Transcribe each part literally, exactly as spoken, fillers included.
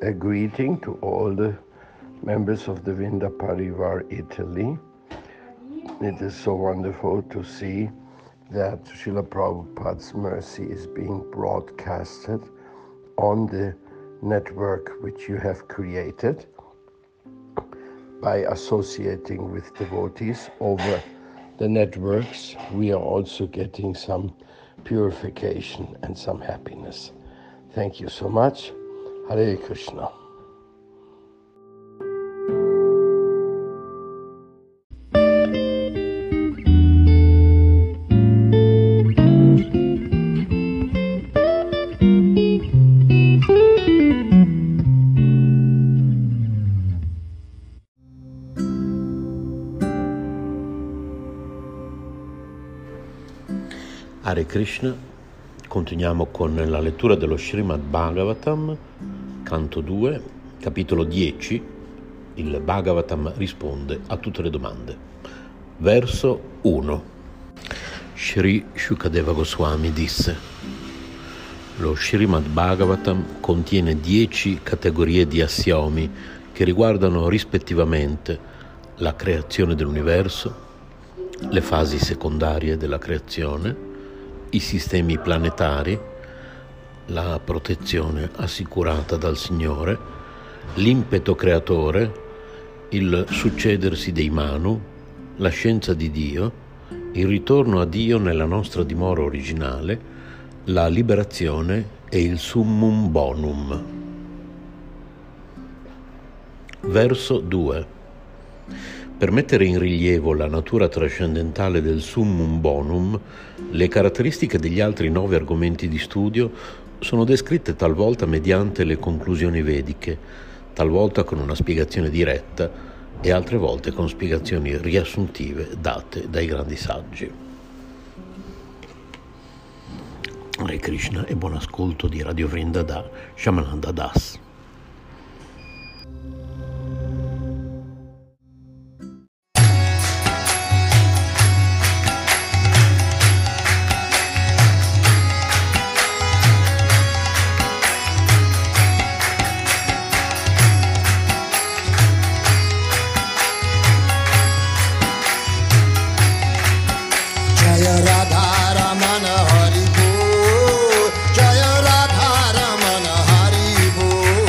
a greeting to all the members of the Vrinda Parivar Italy. It is so wonderful to see that Srila Prabhupada's mercy is being broadcasted on the network which you have created by associating with devotees over the networks. We are also getting some purification and some happiness. Thank you so much. Hare Krishna. Hare Krishna, continuiamo con la lettura dello Srimad Bhagavatam, canto due, capitolo dieci, il Bhagavatam risponde a tutte le domande. Verso uno. Shri Shukadeva Goswami disse: lo Srimad Bhagavatam contiene dieci categorie di assiomi che riguardano rispettivamente la creazione dell'universo, le fasi secondarie della creazione, i sistemi planetari, la protezione assicurata dal Signore, l'impeto creatore, il succedersi dei Manu, la scienza di Dio, il ritorno a Dio nella nostra dimora originale, la liberazione e il summum bonum. Verso due. Per mettere in rilievo la natura trascendentale del summum bonum, le caratteristiche degli altri nove argomenti di studio sono descritte talvolta mediante le conclusioni vediche, talvolta con una spiegazione diretta e altre volte con spiegazioni riassuntive date dai grandi saggi. Hare Krishna e buon ascolto di Radio Vrinda da Shyamananda Das. Jaya Radha Ramana Hari Bol.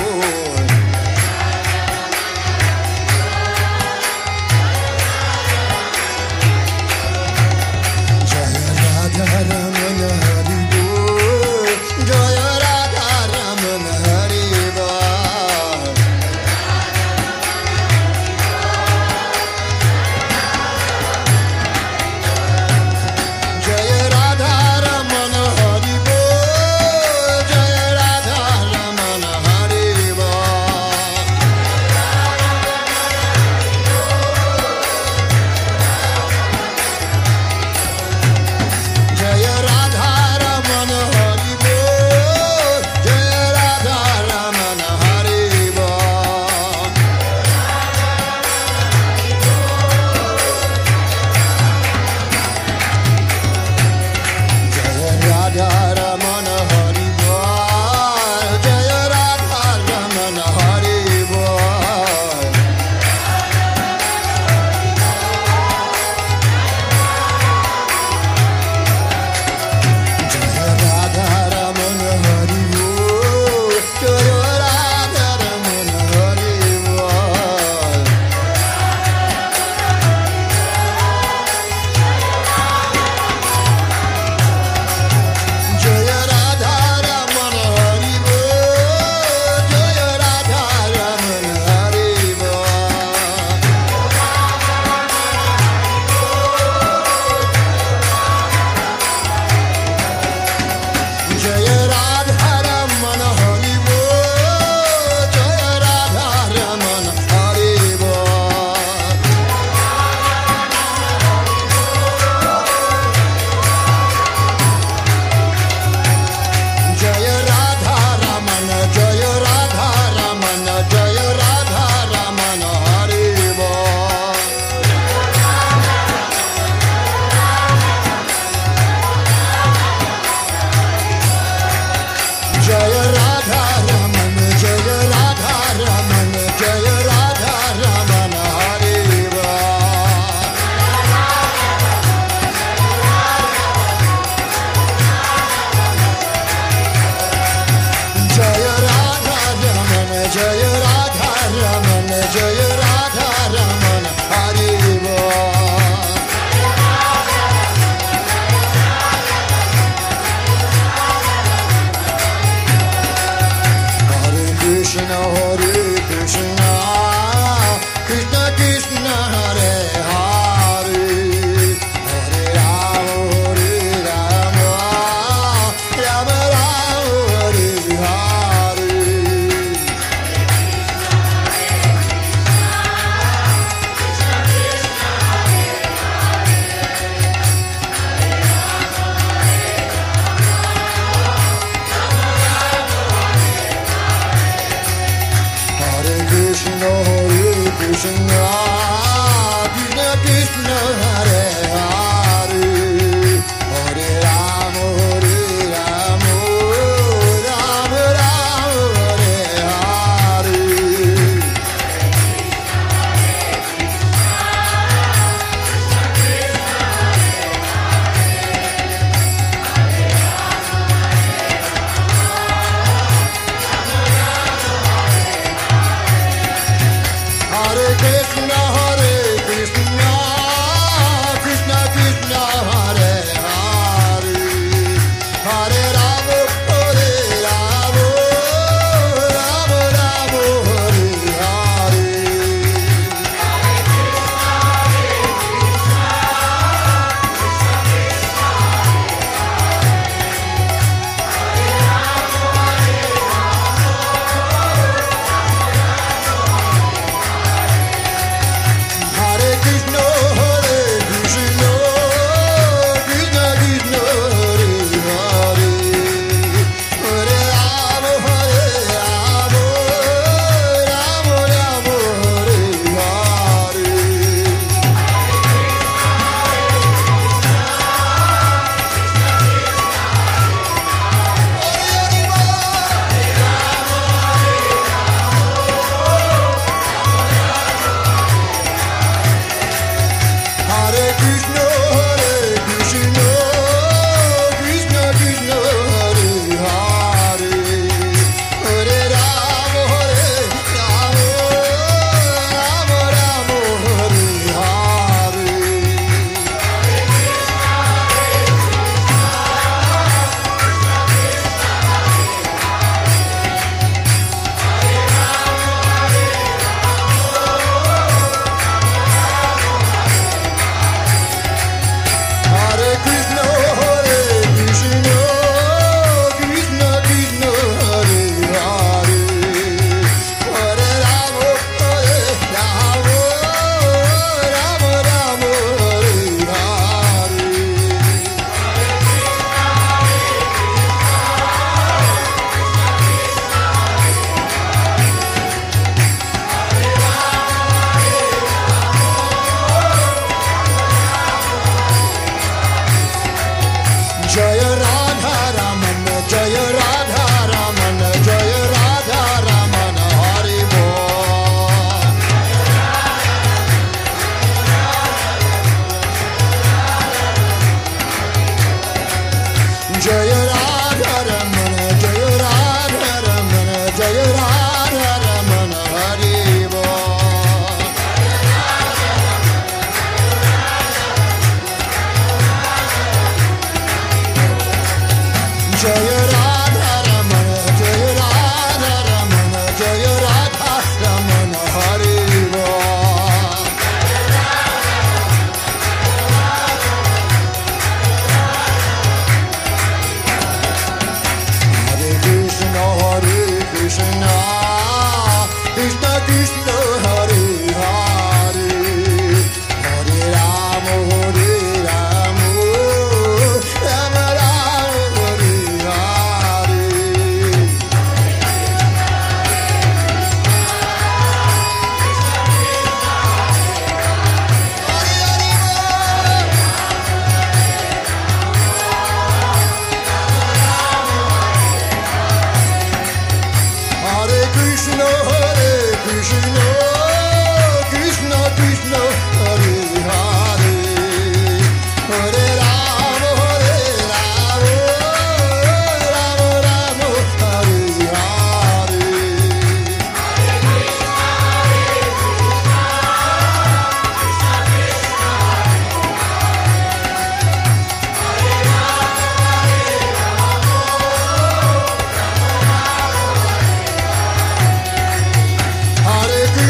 Hare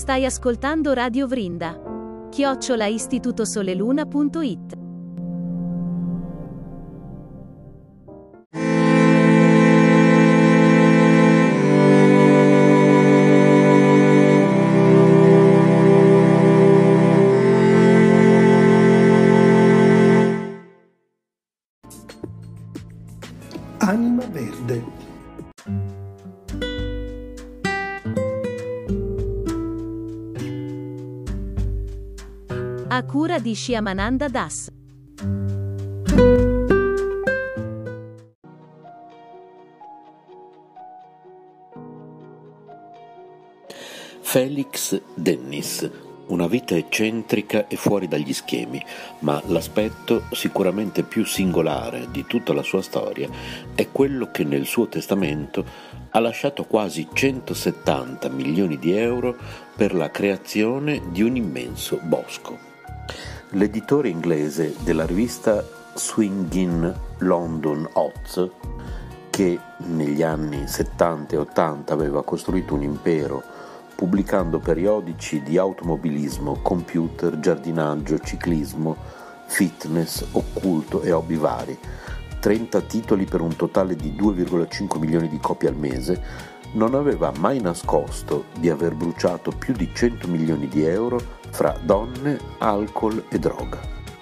Stai ascoltando Radio Vrinda. chiocciola istitutosoleluna punto it. Anima Verde. A cura di Shyamananda Das. Felix Dennis, una vita eccentrica e fuori dagli schemi, ma l'aspetto sicuramente più singolare di tutta la sua storia è quello che nel suo testamento ha lasciato quasi centosettanta milioni di euro per la creazione di un immenso bosco. L'editore inglese della rivista Swingin' London Oz, che negli anni settanta e ottanta aveva costruito un impero pubblicando periodici di automobilismo, computer, giardinaggio, ciclismo, fitness, occulto e hobby vari, trenta titoli per un totale di due virgola cinque milioni di copie al mese, non aveva mai nascosto di aver bruciato più di cento milioni di euro fra donne, alcol e droga.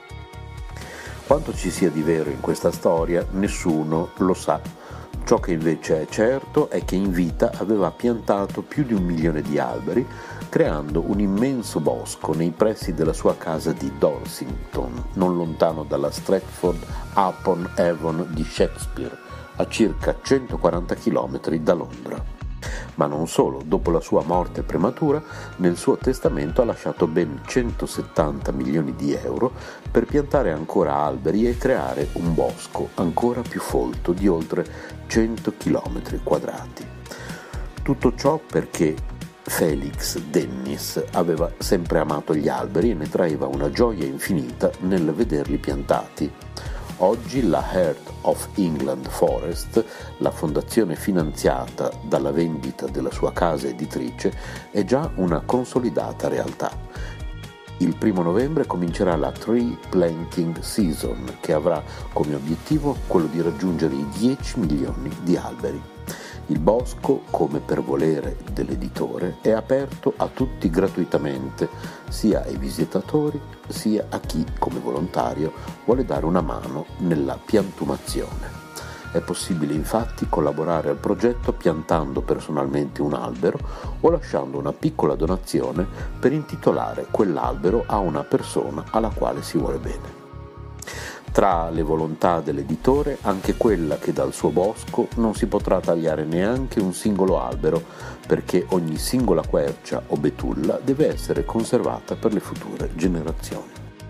Quanto ci sia di vero in questa storia, nessuno lo sa. Ciò che invece è certo è che in vita aveva piantato più di un milione di alberi, creando un immenso bosco nei pressi della sua casa di Dorsington, non lontano dalla Stratford-upon-Avon di Shakespeare, a circa centoquaranta chilometri da Londra. Ma non solo, dopo la sua morte prematura, nel suo testamento ha lasciato ben centosettanta milioni di euro per piantare ancora alberi e creare un bosco ancora più folto di oltre cento chilometri quadrati. Tutto ciò perché Felix Dennis aveva sempre amato gli alberi e ne traeva una gioia infinita nel vederli piantati. Oggi la Heart of England Forest, la fondazione finanziata dalla vendita della sua casa editrice, è già una consolidata realtà. Il primo novembre comincerà la Tree Planting Season, che avrà come obiettivo quello di raggiungere i dieci milioni di alberi. Il bosco, come per volere dell'editore, è aperto a tutti gratuitamente, sia ai visitatori sia a chi, come volontario, vuole dare una mano nella piantumazione. È possibile infatti collaborare al progetto piantando personalmente un albero o lasciando una piccola donazione per intitolare quell'albero a una persona alla quale si vuole bene. Tra le volontà dell'editore anche quella che dal suo bosco non si potrà tagliare neanche un singolo albero, perché ogni singola quercia o betulla deve essere conservata per le future generazioni.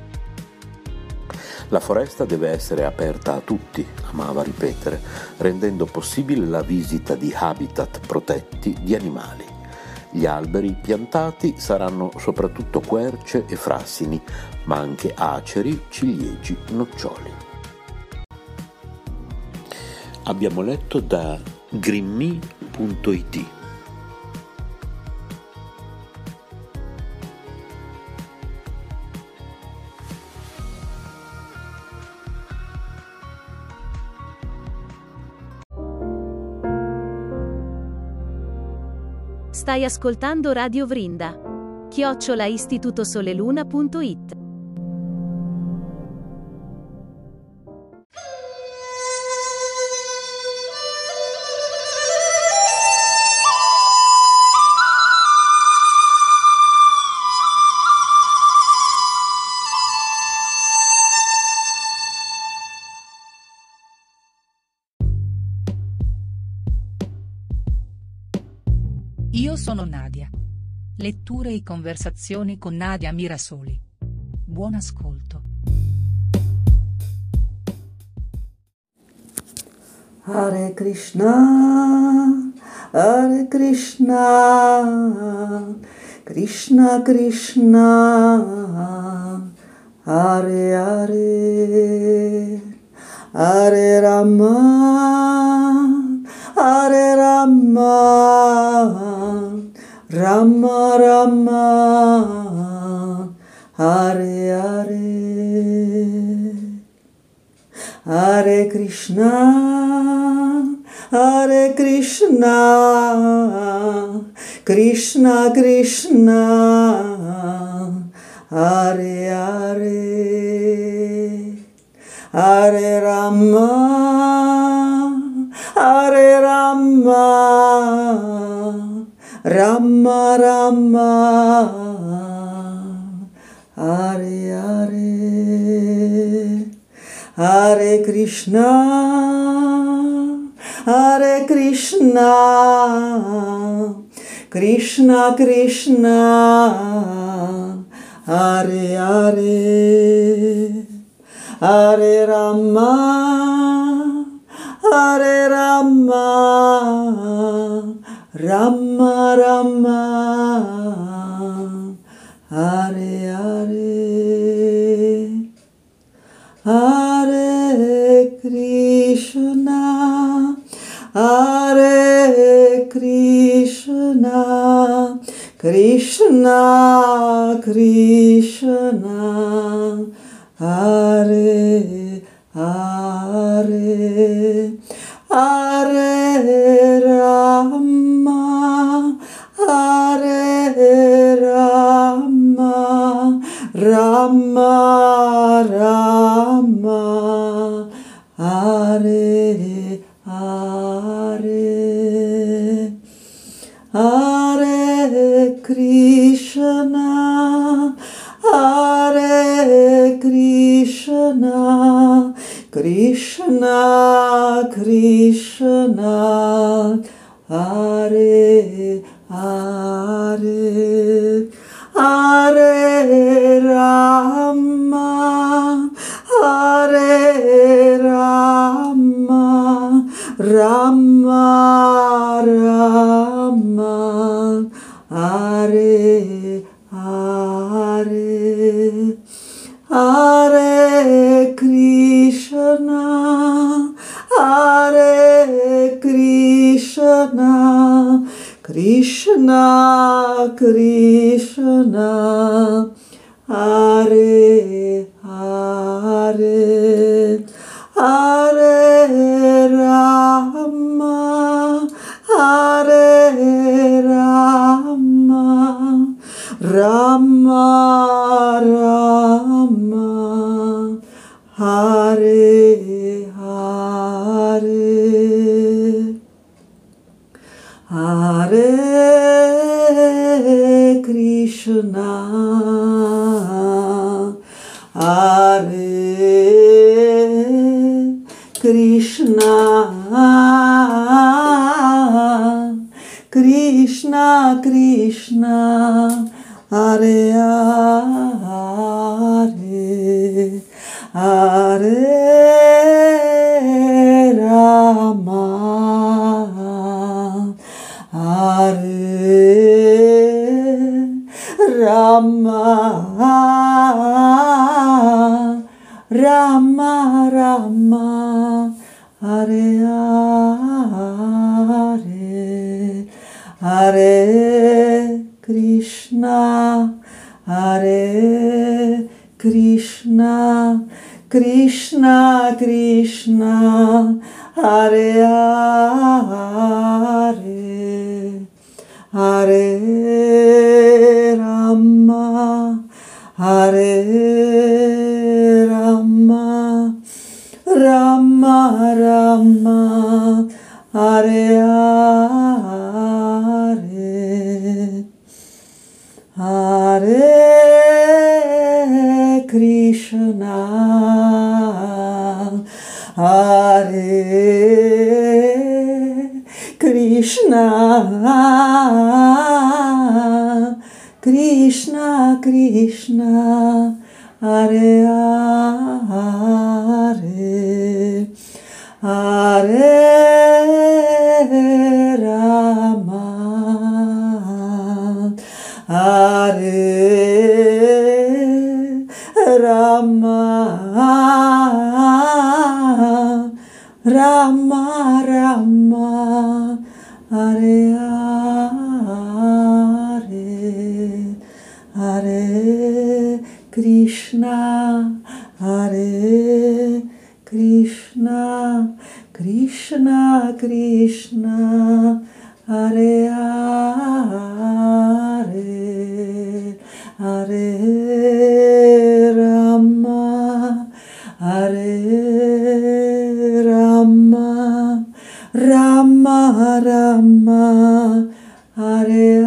La foresta deve essere aperta a tutti, amava ripetere, rendendo possibile la visita di habitat protetti di animali. Gli alberi piantati saranno soprattutto querce e frassini, ma anche aceri, ciliegi, noccioli. Abbiamo letto da green me punto it. Stai ascoltando Radio Vrinda. chiocciola istitutosoleluna punto it. Io sono Nadia. Letture e conversazioni con Nadia Mirasoli. Buon ascolto. Hare Krishna, Hare Krishna, Krishna Krishna, Hare Hare, Hare Rama, Hare Rama, Rama Rama, Hare Hare, Hare Krishna, Hare Krishna, Krishna Krishna, Hare Hare, Hare Rama, Hare Rama, Rama Rama, Hare Hare, Hare Krishna, Hare Krishna, Krishna Krishna, Hare Hare, Hare Rama, Hare Rama, Rama Rama, Hare Hare, Hare Krishna, Hare Krishna, Krishna Krishna, Hare Hare, Hare Rama, Hare Rama, Rama Rama, Hare Hare, Hare Krishna, Hare Krishna, Krishna Krishna, Hare Hare, Hare Rama, Hare Rama, Rama Rama, Hare Hare, Hare Krishna, Hare Krishna, Krishna Krishna, Hare Hare, Hare Rama, Hare Rama, Rama Rama, Hare Hare, Hare Krishna, Hare Krishna, Krishna Krishna, Hare Hare, Hare Rama, Hare Rama, Rama Rama, Hare Hare, Hare Krishna, Hare Krishna, Krishna Krishna, Hare Hare, Hare Rama, Hare Rama, Rama Rama, Hare Hare, Hare Krishna, Hare Krishna, Krishna Krishna, Hare Hare, Hare Rama, Hare Rama, Rama Rama, Hare Hare. Krishna, Hare Krishna, Krishna Krishna, Hare Hare, Hare Rama, Hare Rama, Rama Rama, Hare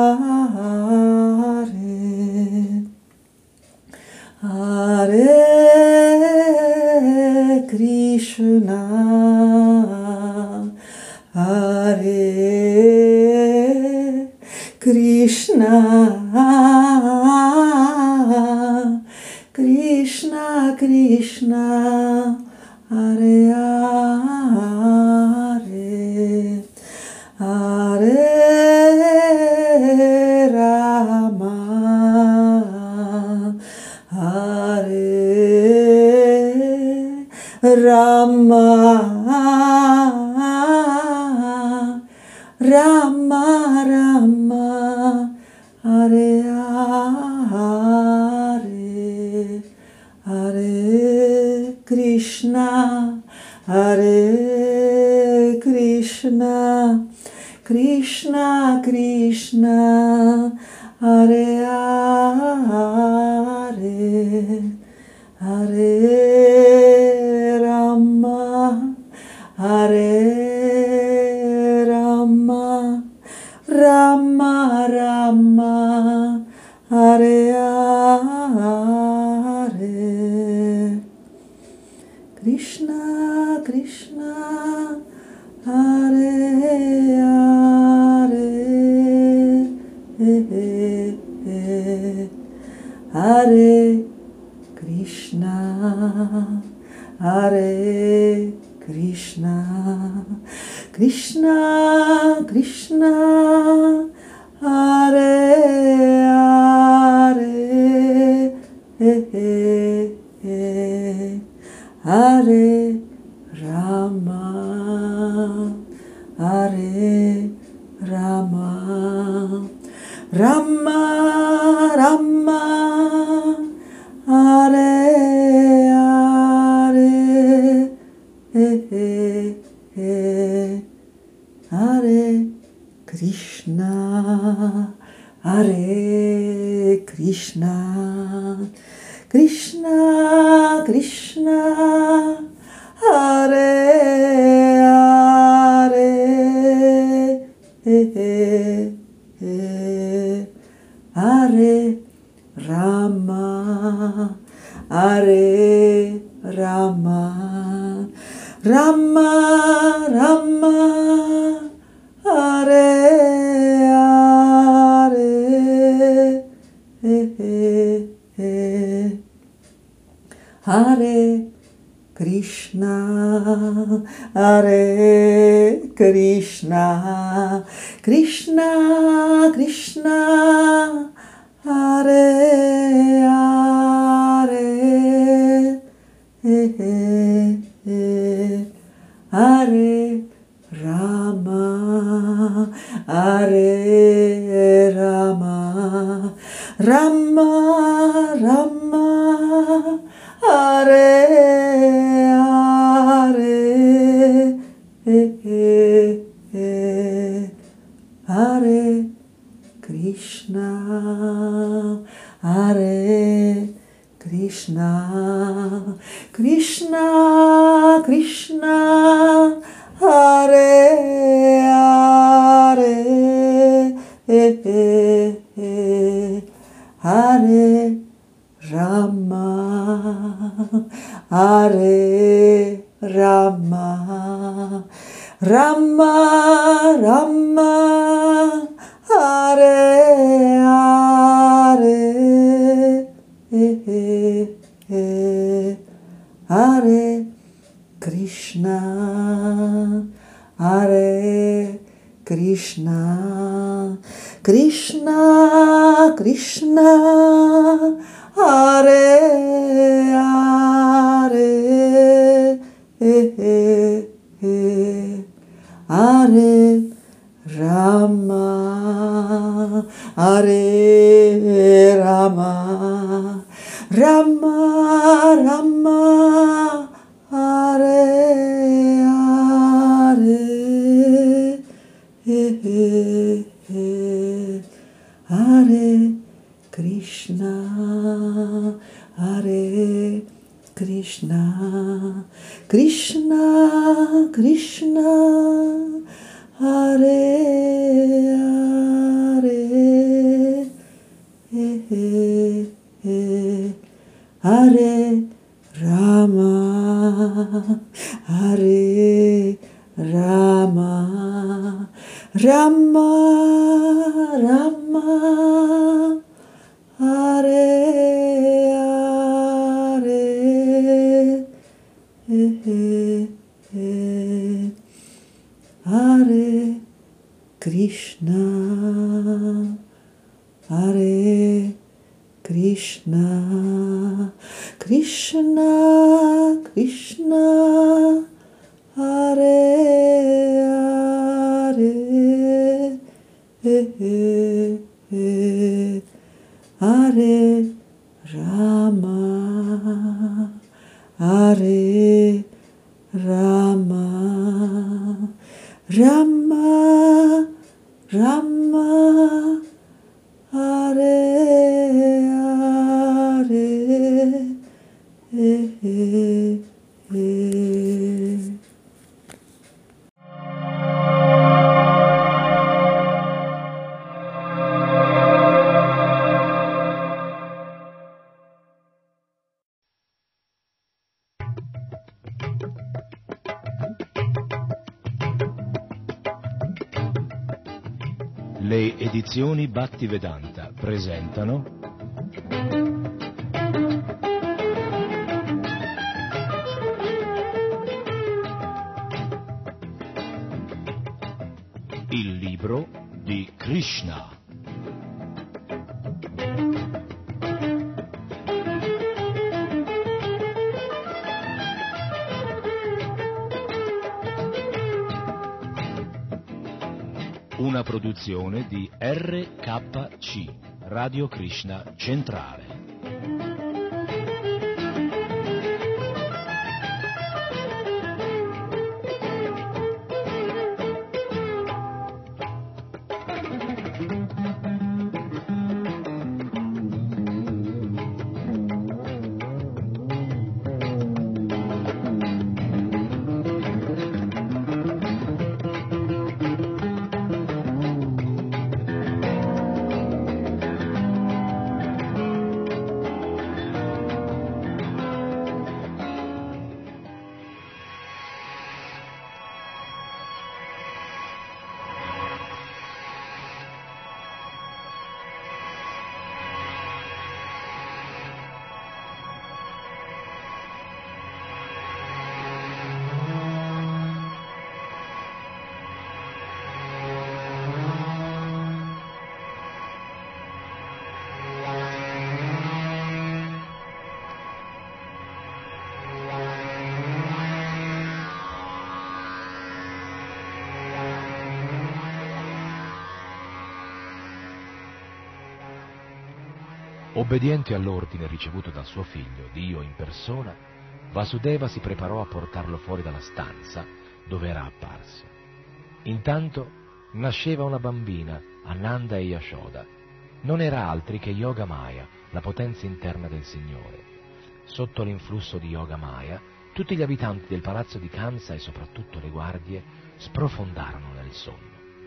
Hare, Hare Krishna, Hare Krishna, Krishna Krishna, Hare Hare, Hare Rama, Hare Rama, Rama Rama, Hare Hare, Hare Krishna, Hare Krishna, Krishna Krishna, Hare Hare, Hare Rama, Hare Rama, Rama Rama, Hare Hare, Krishna Krishna, Hare Hare, Hare Krishna, Hare Krishna, Krishna Krishna, Hare Hare, Hare Rama, Hare Rama, Rama Rama, Hare Hare, Hare Krishna, Hare Krishna, Krishna Krishna, Hare Hare, Hare Rama, Hare Rama, Rama Rama, Hare Hare, Hare Krishna, Hare Krishna, Krishna Krishna, Hare Hare, Hare Rama, Hare Rama, Rama Rama, Hare Hare, Hare Krishna, Hare Krishna, Krishna Krishna, Hare Hare, Hare Rama, Hare Rama, Rama Rama, Hare Hare, Hare Krishna, Hare Krishna, Krishna Krishna, Hare Hare, Hare Rama, Hare Rama, Krishna, Krishna, Hare Hare, eh, eh, eh, Hare Rama, Hare Rama, Rama, Rama, Hare Hare, eh, eh, eh, Hare Krishna, Hare Krishna, Krishna, Krishna, Hare Hare, eh, eh, eh, Hare Rama, Hare Rama, Rama, Rama, Hare Hare, eh, eh, eh. Le edizioni Bhaktivedanta presentano il libro di Krishna. Una produzione di R K C, Radio Krishna Centrale. Obbediente all'ordine ricevuto dal suo figlio, Dio in persona, Vasudeva si preparò a portarlo fuori dalla stanza dove era apparso. Intanto nasceva una bambina, Ananda e Yashoda. Non era altri che Yoga Maya, la potenza interna del Signore. Sotto l'influsso di Yoga Maya, tutti gli abitanti del palazzo di Kamsa e soprattutto le guardie sprofondarono nel sonno.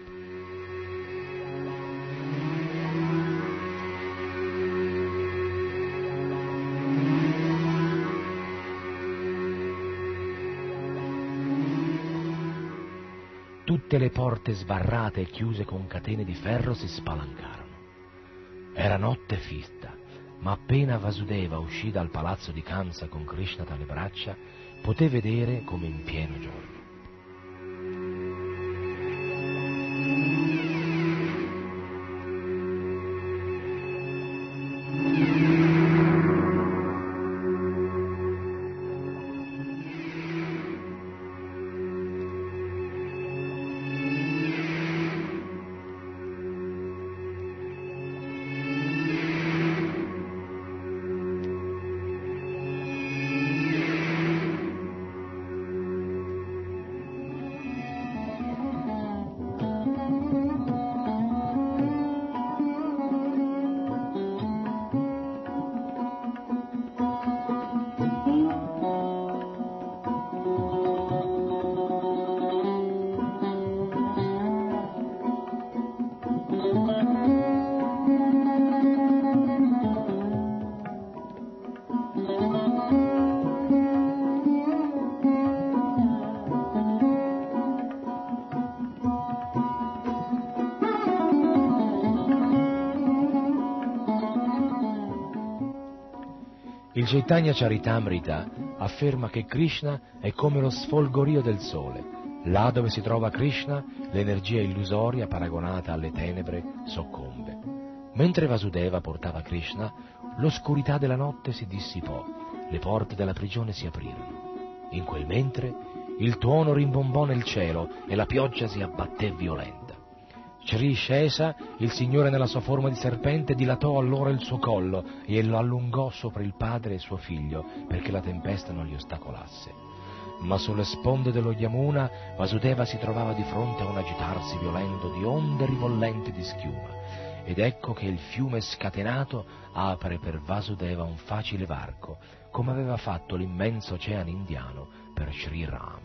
Tutte le porte sbarrate e chiuse con catene di ferro si spalancarono. Era notte fitta, ma appena Vasudeva uscì dal palazzo di Kamsa con Krishna tra le braccia, poté vedere come in pieno giorno. Il Chaitanya Charitamrita afferma che Krishna è come lo sfolgorio del sole. Là dove si trova Krishna, l'energia illusoria paragonata alle tenebre soccombe. Mentre Vasudeva portava Krishna, l'oscurità della notte si dissipò, le porte della prigione si aprirono. In quel mentre il tuono rimbombò nel cielo e la pioggia si abbatté violenta. Sri Shesa, il Signore nella sua forma di serpente, dilatò allora il suo collo e lo allungò sopra il padre e suo figlio perché la tempesta non li ostacolasse. Ma sulle sponde dello Yamuna Vasudeva si trovava di fronte a un agitarsi violento di onde ribollenti di schiuma, ed ecco che il fiume scatenato apre per Vasudeva un facile varco, come aveva fatto l'immenso oceano indiano per Sri Rama.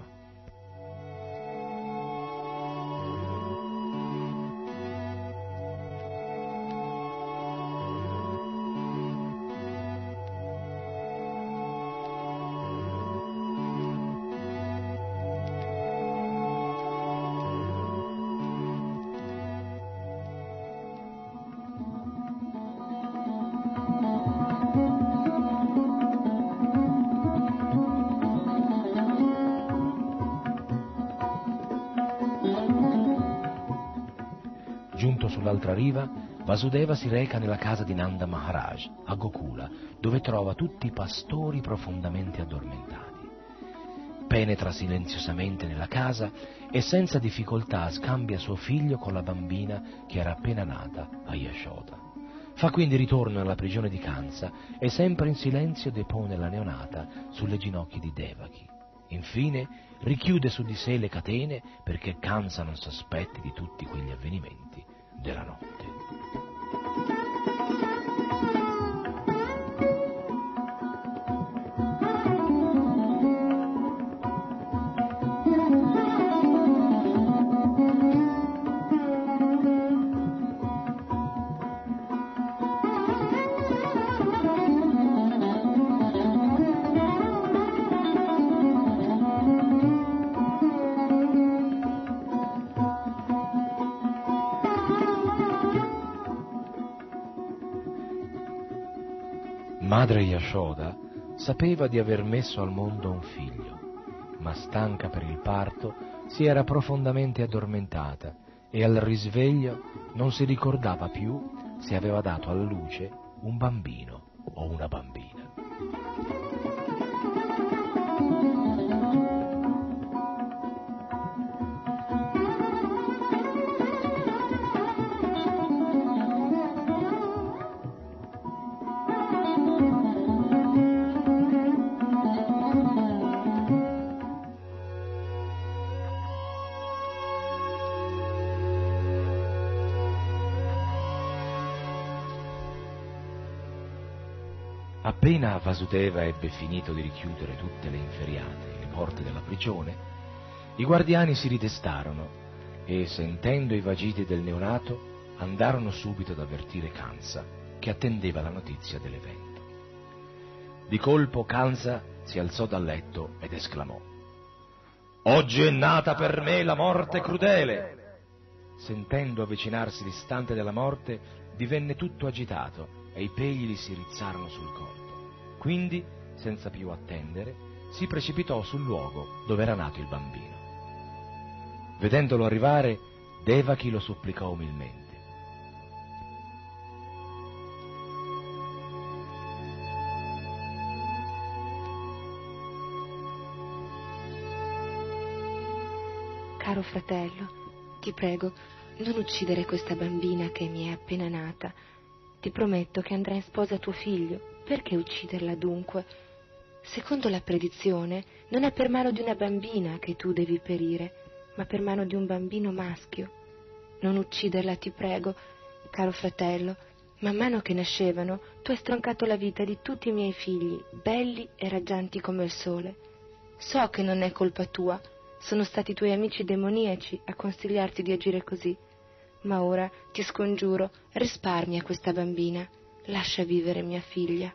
Giunto sull'altra riva, Vasudeva si reca nella casa di Nanda Maharaj, a Gokula, dove trova tutti i pastori profondamente addormentati. Penetra silenziosamente nella casa e senza difficoltà scambia suo figlio con la bambina che era appena nata a Yashoda. Fa quindi ritorno alla prigione di Kansa e sempre in silenzio depone la neonata sulle ginocchia di Devaki. Infine richiude su di sé le catene perché Kansa non sospetti di tutti quegli avvenimenti della notte. Madre Yashoda sapeva di aver messo al mondo un figlio, ma stanca per il parto si era profondamente addormentata e al risveglio non si ricordava più se aveva dato alla luce un bambino o una bambina. Appena Vasudeva ebbe finito di richiudere tutte le inferriate e le porte della prigione, i guardiani si ridestarono e, sentendo i vagiti del neonato, andarono subito ad avvertire Kansa, che attendeva la notizia dell'evento. Di colpo Kansa si alzò dal letto ed esclamò: «Oggi è nata per me la morte crudele!» Sentendo avvicinarsi l'istante della morte, divenne tutto agitato e i peli gli si rizzarono sul corpo. Quindi, senza più attendere, si precipitò sul luogo dove era nato il bambino. Vedendolo arrivare, Devaki lo supplicò umilmente: «Caro fratello, ti prego, non uccidere questa bambina che mi è appena nata. Ti prometto che andrà in sposa a tuo figlio. Perché ucciderla dunque? Secondo la predizione, non è per mano di una bambina che tu devi perire, ma per mano di un bambino maschio. Non ucciderla, ti prego, caro fratello. Man mano che nascevano, tu hai stroncato la vita di tutti i miei figli, belli e raggianti come il sole. So che non è colpa tua, sono stati i tuoi amici demoniaci a consigliarti di agire così. Ma ora, ti scongiuro, risparmia questa bambina. Lascia vivere mia figlia».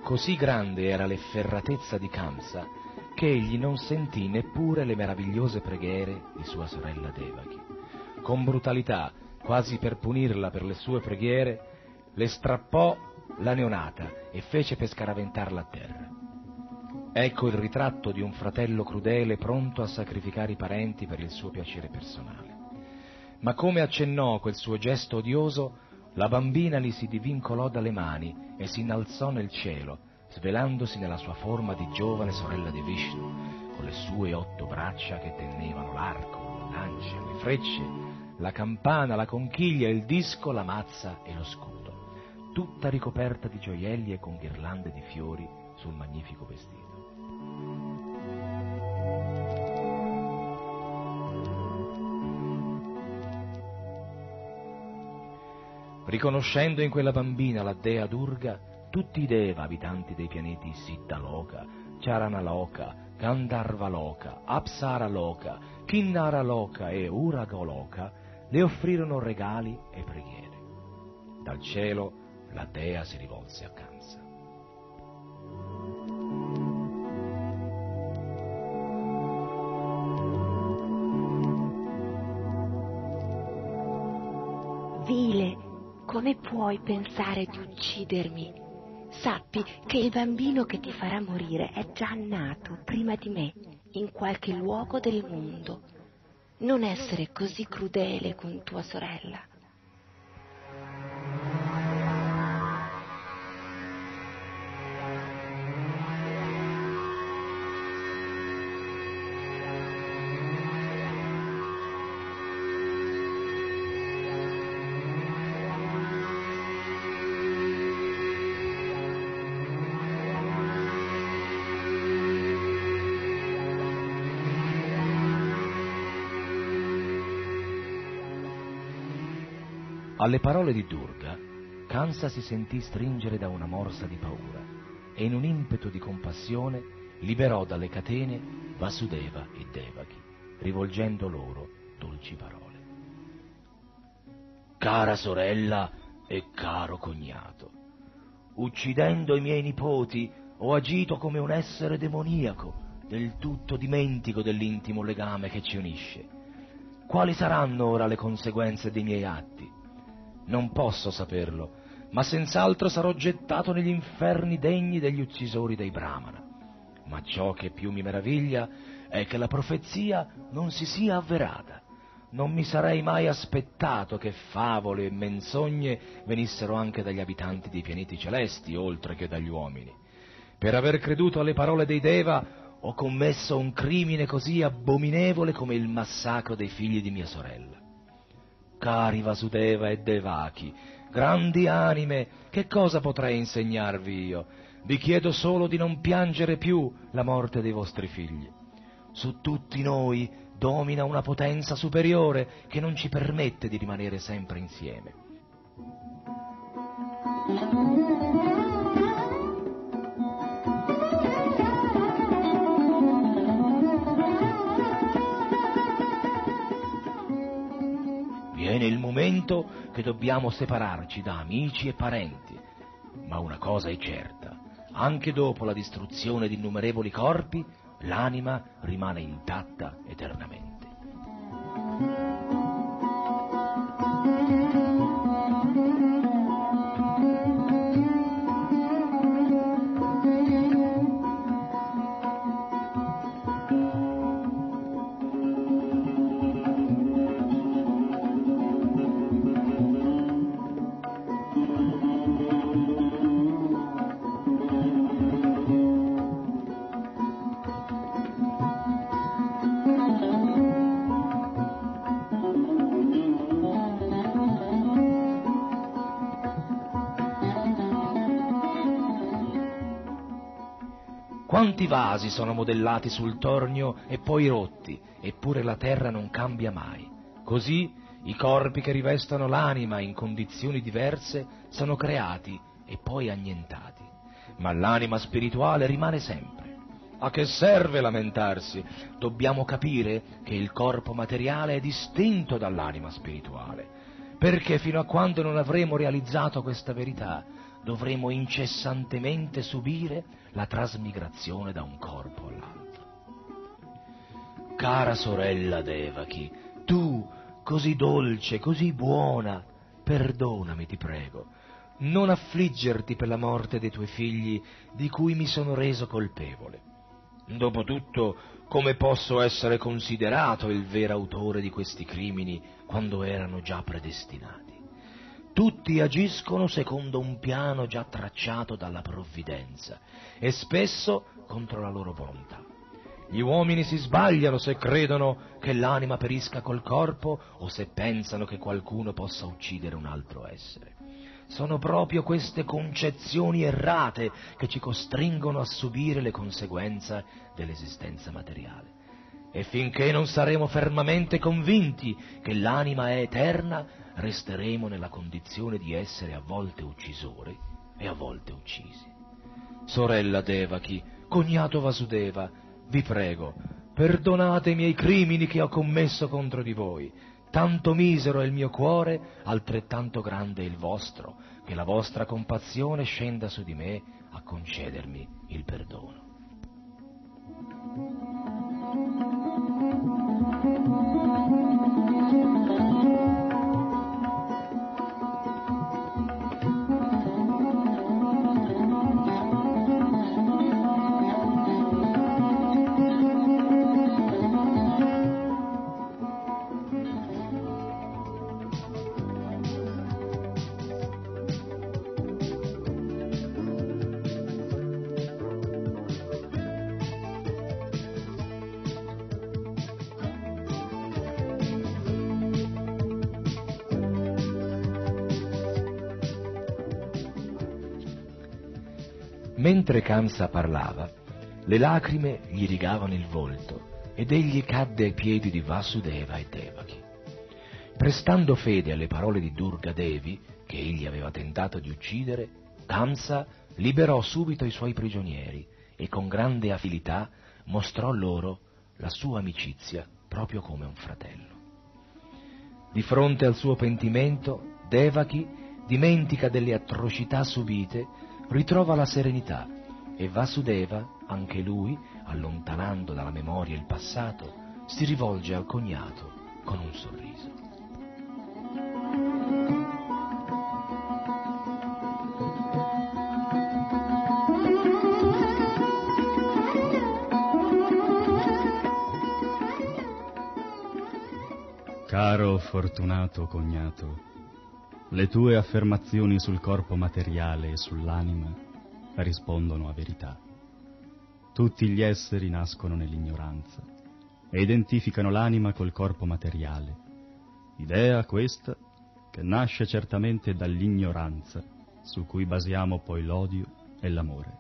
Così grande era l'efferratezza di Kamsa che egli non sentì neppure le meravigliose preghiere di sua sorella Devaki. Con brutalità, quasi per punirla per le sue preghiere, le strappò la neonata e fece per scaraventarla a terra. Ecco il ritratto di un fratello crudele pronto a sacrificare i parenti per il suo piacere personale. Ma come accennò quel suo gesto odioso, la bambina gli si divincolò dalle mani e si innalzò nel cielo, svelandosi nella sua forma di giovane sorella di Vishnu, con le sue otto braccia che tenevano l'arco, la lancia, le frecce, la campana, la conchiglia, il disco, la mazza e lo scudo, tutta ricoperta di gioielli e con ghirlande di fiori sul magnifico vestito. Riconoscendo in quella bambina la dea Durga, tutti i Deva, abitanti dei pianeti Siddhaloka, Charanaloka, Gandharvaloka, Apsaraloka, Kinnaraloka e Uragaloka, le offrirono regali e preghiere. Dal cielo la dea si rivolse a Kamsa. Vile, come puoi pensare di uccidermi? Sappi che il bambino che ti farà morire è già nato prima di me, in qualche luogo del mondo. Non essere così crudele con tua sorella. Alle parole di Durga, Kamsa si sentì stringere da una morsa di paura e in un impeto di compassione liberò dalle catene Vasudeva e Devaki, rivolgendo loro dolci parole. Cara sorella e caro cognato, uccidendo i miei nipoti ho agito come un essere demoniaco, del tutto dimentico dell'intimo legame che ci unisce. Quali saranno ora le conseguenze dei miei atti? Non posso saperlo, ma senz'altro sarò gettato negli inferni degni degli uccisori dei Brahmana. Ma ciò che più mi meraviglia è che la profezia non si sia avverata. Non mi sarei mai aspettato che favole e menzogne venissero anche dagli abitanti dei pianeti celesti, oltre che dagli uomini. Per aver creduto alle parole dei Deva ho commesso un crimine così abominevole come il massacro dei figli di mia sorella. Cari Vasudeva e Devaki, grandi anime, che cosa potrei insegnarvi io? Vi chiedo solo di non piangere più la morte dei vostri figli. Su tutti noi domina una potenza superiore che non ci permette di rimanere sempre insieme. Viene il momento che dobbiamo separarci da amici e parenti, ma una cosa è certa, anche dopo la distruzione di innumerevoli corpi, l'anima rimane intatta eternamente. Quanti vasi sono modellati sul tornio e poi rotti, eppure la terra non cambia mai. Così i corpi che rivestono l'anima in condizioni diverse sono creati e poi annientati, ma l'anima spirituale rimane sempre. A che serve lamentarsi? Dobbiamo capire che il corpo materiale è distinto dall'anima spirituale, perché fino a quando non avremo realizzato questa verità dovremo incessantemente subire la trasmigrazione da un corpo all'altro. Cara sorella Devaki, tu, così dolce, così buona, perdonami, ti prego, non affliggerti per la morte dei tuoi figli di cui mi sono reso colpevole. Dopotutto, come posso essere considerato il vero autore di questi crimini quando erano già predestinati? Tutti agiscono secondo un piano già tracciato dalla provvidenza e spesso contro la loro volontà. Gli uomini si sbagliano se credono che l'anima perisca col corpo o se pensano che qualcuno possa uccidere un altro essere. Sono proprio queste concezioni errate che ci costringono a subire le conseguenze dell'esistenza materiale. E finché non saremo fermamente convinti che l'anima è eterna, resteremo nella condizione di essere a volte uccisori e a volte uccisi. Sorella Devaki, cognato Vasudeva, vi prego, perdonate i miei crimini che ho commesso contro di voi. Tanto misero è il mio cuore, altrettanto grande è il vostro, che la vostra compassione scenda su di me a concedermi il perdono. Mentre Kamsa parlava, le lacrime gli rigavano il volto ed egli cadde ai piedi di Vasudeva e Devaki. Prestando fede alle parole di Durga Devi, che egli aveva tentato di uccidere, Kamsa liberò subito i suoi prigionieri e con grande affabilità mostrò loro la sua amicizia proprio come un fratello. Di fronte al suo pentimento, Devaki dimentica delle atrocità subite, ritrova la serenità e Vasudeva, anche lui, allontanando dalla memoria il passato, si rivolge al cognato con un sorriso. Caro fortunato cognato, le tue affermazioni sul corpo materiale e sull'anima rispondono a verità. Tutti gli esseri nascono nell'ignoranza e identificano l'anima col corpo materiale. Idea questa che nasce certamente dall'ignoranza, su cui basiamo poi l'odio e l'amore.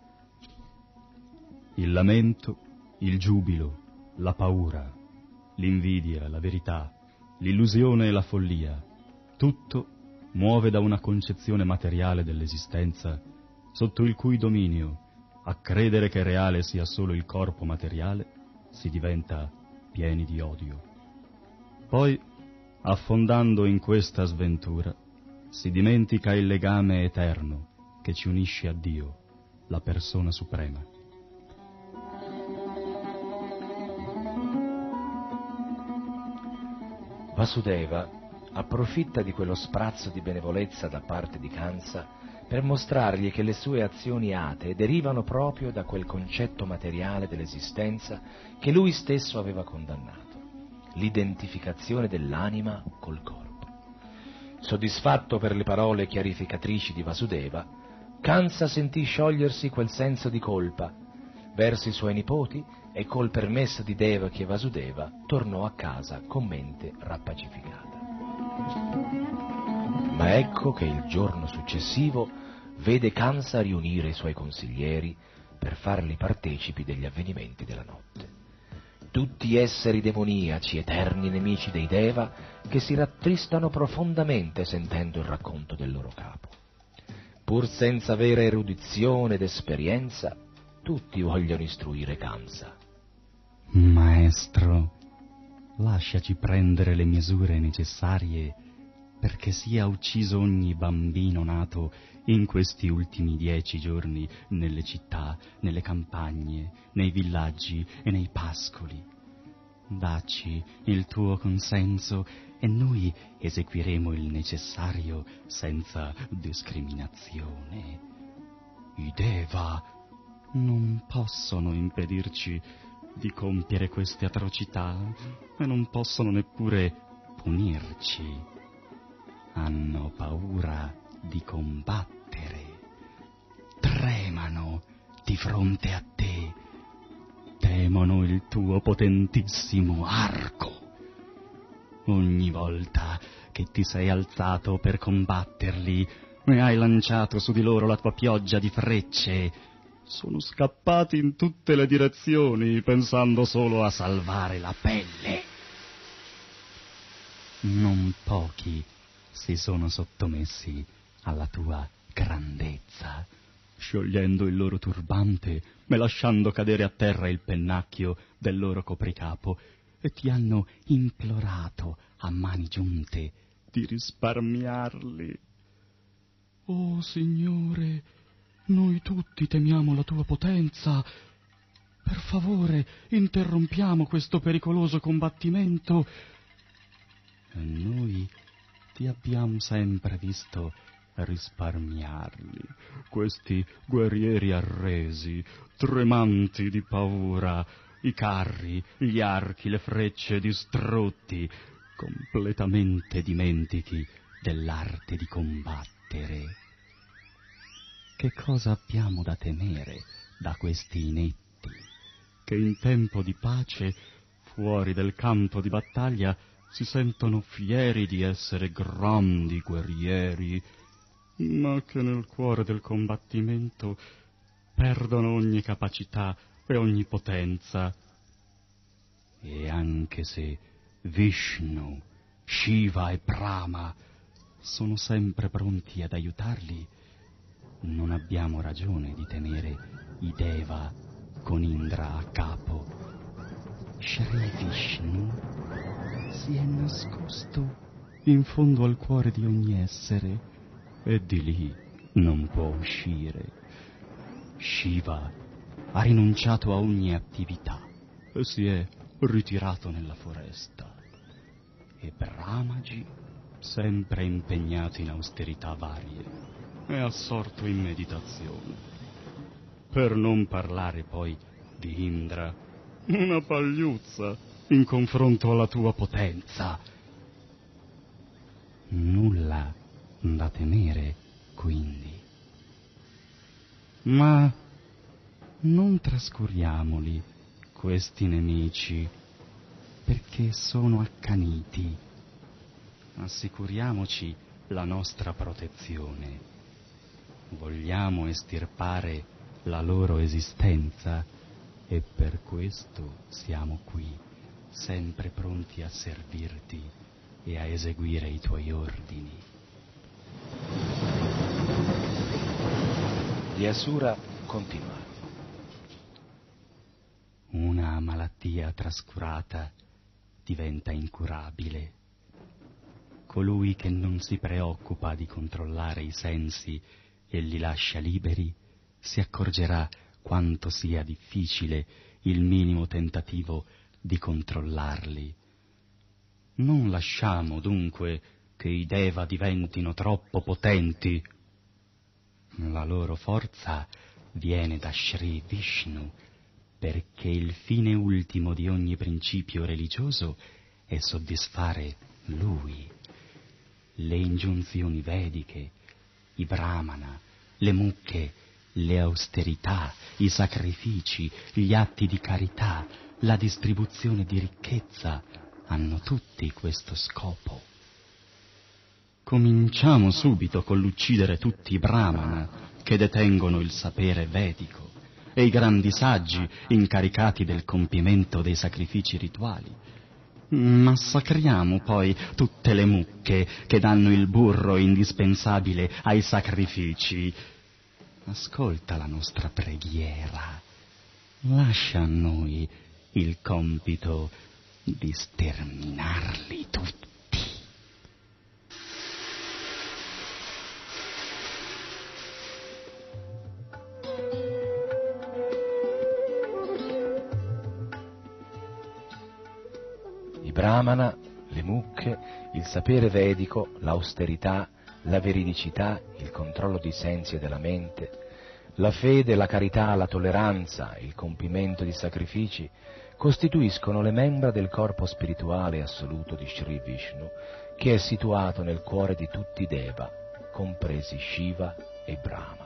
Il lamento, il giubilo, la paura, l'invidia, la verità, l'illusione e la follia, tutto muove da una concezione materiale dell'esistenza sotto il cui dominio, a credere che reale sia solo il corpo materiale, si diventa pieni di odio. Poi, affondando in questa sventura, si dimentica il legame eterno che ci unisce a Dio, la persona suprema. Vasudeva approfitta di quello sprazzo di benevolenza da parte di Kamsa per mostrargli che le sue azioni atee derivano proprio da quel concetto materiale dell'esistenza che lui stesso aveva condannato, l'identificazione dell'anima col corpo. Soddisfatto per le parole chiarificatrici di Vasudeva, Kamsa sentì sciogliersi quel senso di colpa verso i suoi nipoti e col permesso di Devaki e Vasudeva tornò a casa con mente rappacificata. Ma ecco che il giorno successivo vede Kamsa riunire i suoi consiglieri per farli partecipi degli avvenimenti della notte. Tutti esseri demoniaci, eterni nemici dei Deva, che si rattristano profondamente sentendo il racconto del loro capo. Pur senza vera erudizione ed esperienza, tutti vogliono istruire Kamsa. Maestro, lasciaci prendere le misure necessarie perché sia ucciso ogni bambino nato in questi ultimi dieci giorni nelle città, nelle campagne, nei villaggi e nei pascoli. Dacci il tuo consenso e noi eseguiremo il necessario senza discriminazione. I Deva non possono impedirci di compiere queste atrocità e non possono neppure punirci. Hanno paura di combattere, tremano di fronte a te, temono il tuo potentissimo arco. Ogni volta che ti sei alzato per combatterli e hai lanciato su di loro la tua pioggia di frecce, sono scappati in tutte le direzioni pensando solo a salvare la pelle. Non pochi si sono sottomessi alla tua grandezza, sciogliendo il loro turbante e lasciando cadere a terra il pennacchio del loro copricapo, e ti hanno implorato a mani giunte di risparmiarli. Oh, Signore, noi tutti temiamo la tua potenza. Per favore, interrompiamo questo pericoloso combattimento. E noi ti abbiamo sempre visto risparmiarli, questi guerrieri arresi, tremanti di paura, i carri, gli archi, le frecce distrutti, completamente dimentichi dell'arte di combattere. Che cosa abbiamo da temere da questi inetti, che in tempo di pace, fuori del campo di battaglia, si sentono fieri di essere grandi guerrieri, ma che nel cuore del combattimento perdono ogni capacità e ogni potenza. E anche se Vishnu, Shiva e Brahma sono sempre pronti ad aiutarli, non abbiamo ragione di temere i Deva con Indra a capo. Shri Vishnu si è nascosto in fondo al cuore di ogni essere e di lì non può uscire. Shiva ha rinunciato a ogni attività e si è ritirato nella foresta. E Brahmaji, sempre impegnato in austerità varie, è assorto in meditazione. Per non parlare poi di Indra, una pagliuzza in confronto alla tua potenza. Nulla da temere, quindi. Ma non trascuriamoli, questi nemici, perché sono accaniti. Assicuriamoci la nostra protezione. Vogliamo estirpare la loro esistenza e per questo siamo qui, sempre pronti a servirti e a eseguire i tuoi ordini. Gli Asura continua. Una malattia trascurata diventa incurabile. Colui che non si preoccupa di controllare i sensi e li lascia liberi si accorgerà quanto sia difficile il minimo tentativo di controllarli. Non lasciamo dunque che i Deva diventino troppo potenti. La loro forza viene da Shri Vishnu, perché il fine ultimo di ogni principio religioso è soddisfare Lui. Le ingiunzioni vediche, i brahmana, le mucche, le austerità, i sacrifici, gli atti di carità, la distribuzione di ricchezza, hanno tutti questo scopo. Cominciamo subito con l'uccidere tutti i brahmana che detengono il sapere vedico e i grandi saggi incaricati del compimento dei sacrifici rituali. Massacriamo poi tutte le mucche che danno il burro indispensabile ai sacrifici. Ascolta la nostra preghiera. Lascia a noi il compito di sterminarli tutti. brahmana, le mucche, il sapere vedico, l'austerità, la veridicità, il controllo dei sensi e della mente, la fede, la carità, la tolleranza, il compimento di sacrifici, costituiscono le membra del corpo spirituale assoluto di Sri Vishnu, che è situato nel cuore di tutti i Deva, compresi Shiva e Brahma.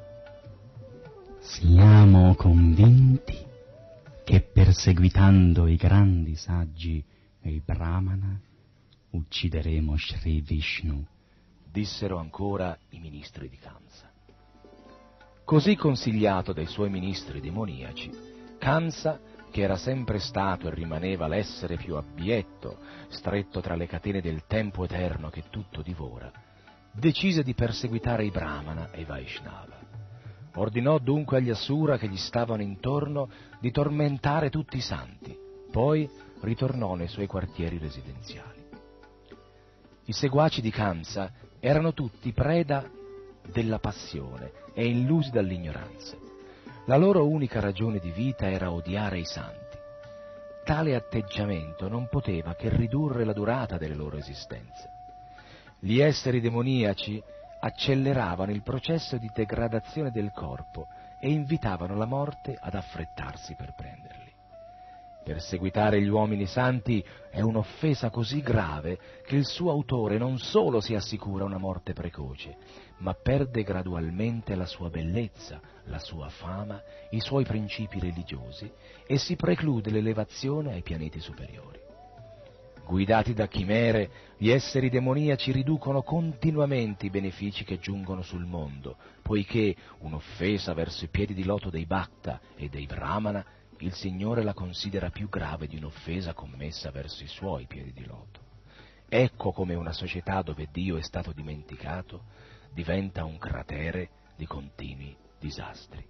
Siamo convinti che perseguitando i grandi saggi e i Brahmana uccideremo Sri Vishnu, dissero ancora i ministri di Kamsa. Così consigliato dai suoi ministri demoniaci, Kamsa, che era sempre stato e rimaneva l'essere più abietto, stretto tra le catene del tempo eterno che tutto divora, decise di perseguitare i Brahmana e i Vaishnava. Ordinò dunque agli Asura che gli stavano intorno di tormentare tutti i santi, poi ritornò nei suoi quartieri residenziali. I seguaci di Kamsa erano tutti preda della passione e illusi dall'ignoranza. La loro unica ragione di vita era odiare i santi. Tale atteggiamento non poteva che ridurre la durata delle loro esistenze. Gli esseri demoniaci acceleravano il processo di degradazione del corpo e invitavano la morte ad affrettarsi per prenderli. Perseguitare gli uomini santi è un'offesa così grave che il suo autore non solo si assicura una morte precoce, ma perde gradualmente la sua bellezza, la sua fama, i suoi principi religiosi e si preclude l'elevazione ai pianeti superiori. Guidati da chimere, gli esseri demoniaci riducono continuamente i benefici che giungono sul mondo, poiché un'offesa verso i piedi di loto dei Bhakta e dei Brahmana il Signore la considera più grave di un'offesa commessa verso i suoi piedi di loto. Ecco come una società dove Dio è stato dimenticato diventa un cratere di continui disastri.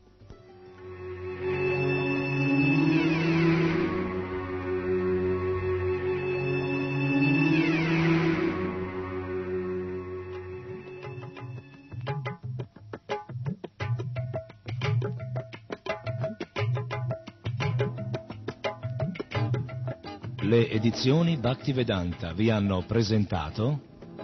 Le edizioni Bhaktivedanta vi hanno presentato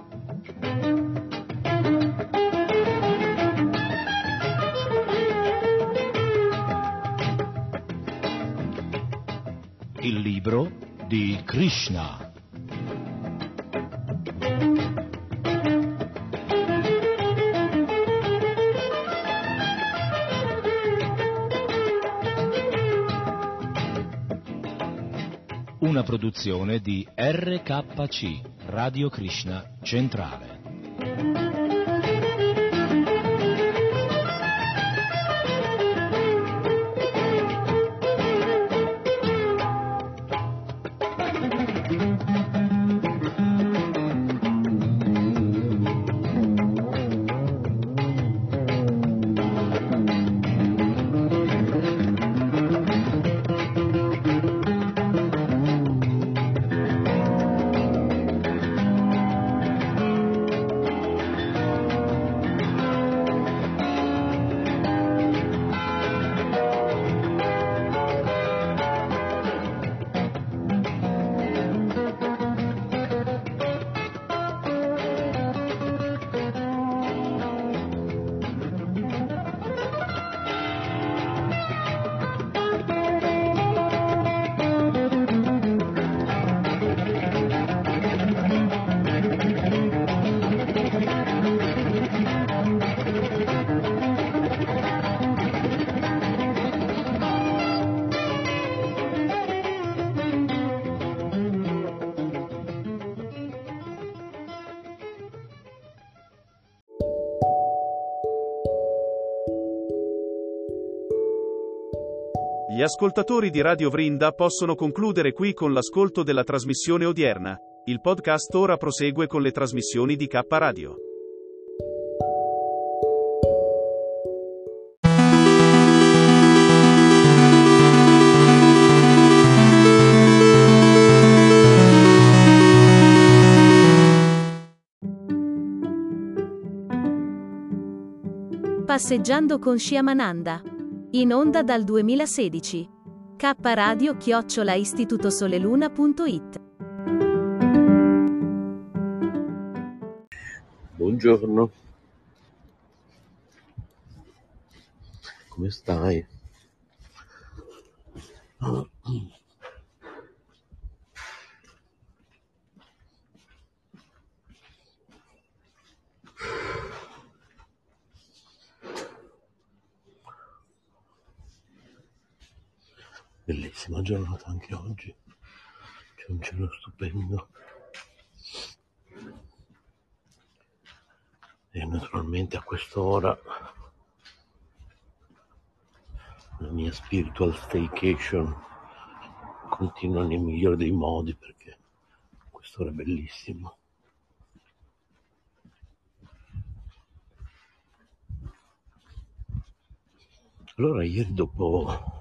il libro di Krishna. Una produzione di R K C, Radio Krishna Centrale. Gli ascoltatori di Radio Vrinda possono concludere qui con l'ascolto della trasmissione odierna. Il podcast ora prosegue con le trasmissioni di K Radio. Passeggiando con Shyamananda. In onda dal duemilasedici. K Radio chiocciola istitutosoleluna punto it buongiorno. Come stai? Bellissima giornata anche oggi, c'è un cielo stupendo e naturalmente a quest'ora la mia spiritual staycation continua nel migliore dei modi, perché a quest'ora è bellissimo. Allora ieri dopo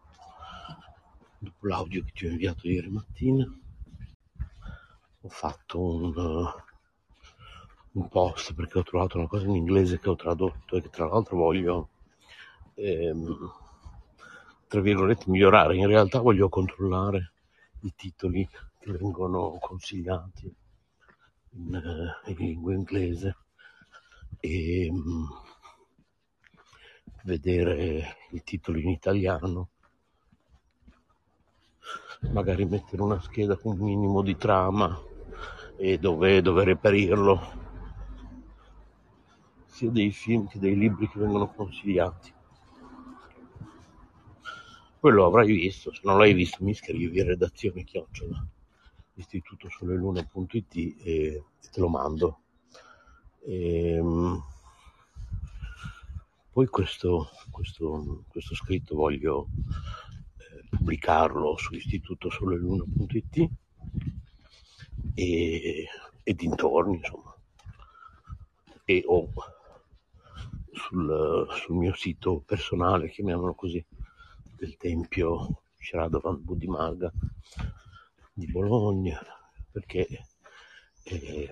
dopo l'audio che ti ho inviato ieri mattina ho fatto un, uh, un post, perché ho trovato una cosa in inglese che ho tradotto e che tra l'altro voglio ehm, tra virgolette migliorare. In realtà voglio controllare i titoli che vengono consigliati in, uh, in lingua inglese e um, vedere i titoli in italiano, magari mettere una scheda con un minimo di trama e dove, dove reperirlo, sia dei film che dei libri che vengono consigliati. Poi lo avrai visto, se non l'hai visto mi scrivi a redazione chiocciola istituto sole luna punto it e te lo mando. E, poi questo, questo, questo scritto voglio pubblicarlo su istituto sole luna punto it e, e dintorni, insomma, e o sul, sul mio sito personale, chiamiamolo così, del Tempio Shraddhavan Buddhimagga di Bologna, perché eh,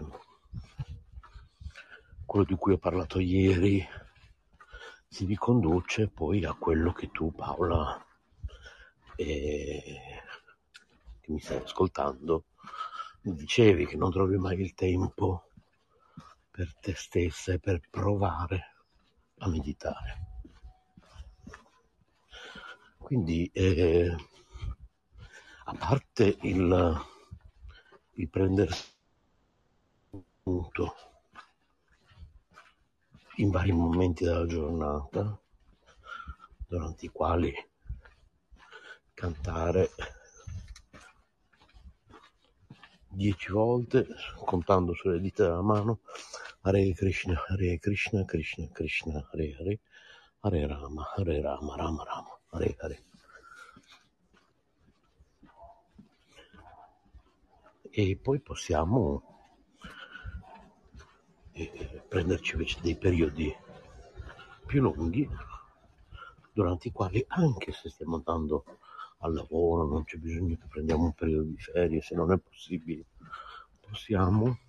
quello di cui ho parlato ieri si riconduce poi a quello che tu, Paola, e che mi stai ascoltando, mi dicevi, che non trovi mai il tempo per te stessa e per provare a meditare. Quindi eh, a parte il, il prendersi punto in vari momenti della giornata, durante i quali cantare dieci volte, contando sulle dita della mano, Hare Krishna, Hare Krishna, Krishna Krishna, Hare Hare, Hare Rama, Hare Rama, Rama Rama, Hare Hare. E poi possiamo eh, prenderci invece dei periodi più lunghi, durante i quali, anche se stiamo andando al lavoro, non c'è bisogno che prendiamo un periodo di ferie, se non è possibile, possiamo,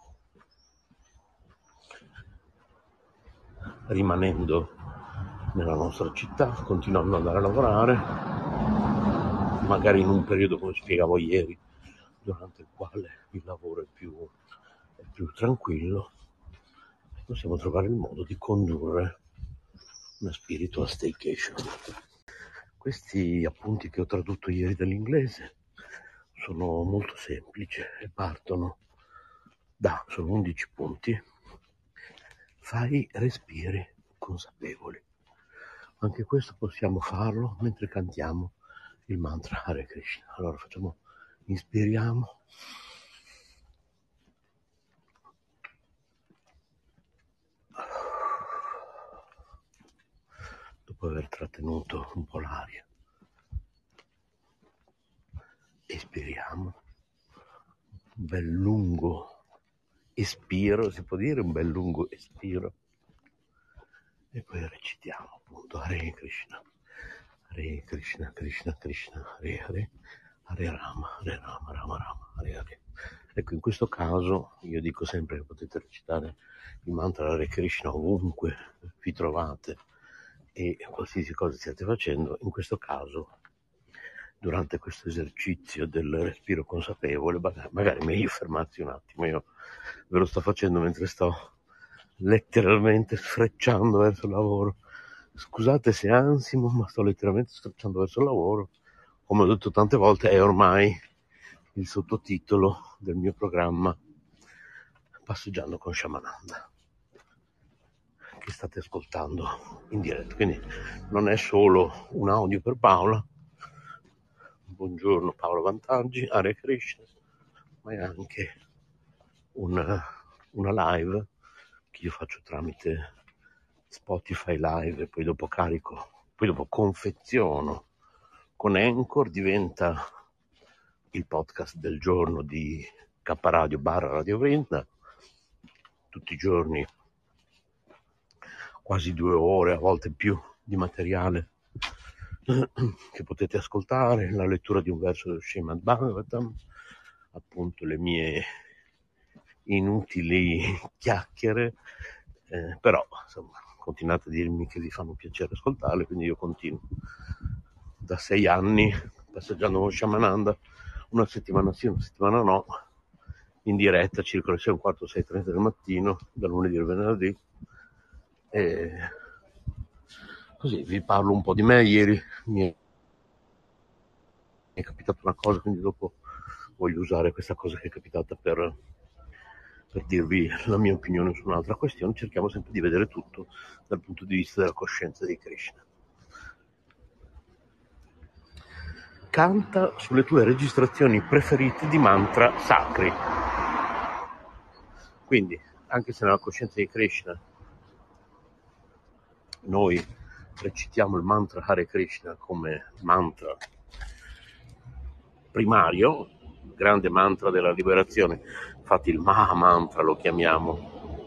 rimanendo nella nostra città, continuando ad andare a lavorare, magari in un periodo, come spiegavo ieri, durante il quale il lavoro è più, è più tranquillo, possiamo trovare il modo di condurre una spiritual staycation. Questi appunti che ho tradotto ieri dall'inglese sono molto semplici e partono da, sono undici punti. Fai respiri consapevoli. Anche questo possiamo farlo mentre cantiamo il mantra Hare Krishna. Allora facciamo, inspiriamo. Dopo aver trattenuto un po' l'aria, espiriamo, un bel lungo espiro, si può dire un bel lungo espiro, e poi recitiamo appunto Hare Krishna, Hare Krishna, Krishna Krishna, Hare Hare, Hare Rama, Hare Rama, Rama Rama, Hare Hare. Ecco, in questo caso io dico sempre che potete recitare il mantra Hare Krishna ovunque vi trovate e qualsiasi cosa stiate facendo. In questo caso, durante questo esercizio del respiro consapevole, magari è meglio fermarsi un attimo. Io ve lo sto facendo mentre sto letteralmente sfrecciando verso il lavoro. Scusate se ansimo, ma sto letteralmente sfrecciando verso il lavoro. Come ho detto tante volte, è ormai il sottotitolo del mio programma Passeggiando con Shamananda, che state ascoltando in diretta. Quindi non è solo un audio per Paola, buongiorno Paola Vantaggi, Hare Krishna, ma è anche una, una live che io faccio tramite Spotify Live e poi dopo carico, poi dopo confeziono con Anchor, diventa il podcast del giorno di K Radio barra Radio Vrinda, tutti i giorni quasi due ore, a volte più, di materiale che potete ascoltare, la lettura di un verso dello Srimad Bhagavatam, appunto le mie inutili chiacchiere, eh, però insomma continuate a dirmi che vi fanno piacere ascoltarle, quindi io continuo da sei anni passeggiando con Shamananda, una settimana sì, una settimana no, in diretta circa le sei e un quarto, sei e trenta del mattino, da lunedì al venerdì, e così vi parlo un po' di me. Ieri mi è capitata una cosa, quindi dopo voglio usare questa cosa che è capitata per, per dirvi la mia opinione su un'altra questione. Cerchiamo sempre di vedere tutto dal punto di vista della coscienza di Krishna. Canta sulle tue registrazioni preferite di mantra sacri. Quindi, anche se nella coscienza di Krishna noi recitiamo il mantra Hare Krishna come mantra primario, grande mantra della liberazione, infatti il Maha Mantra lo chiamiamo,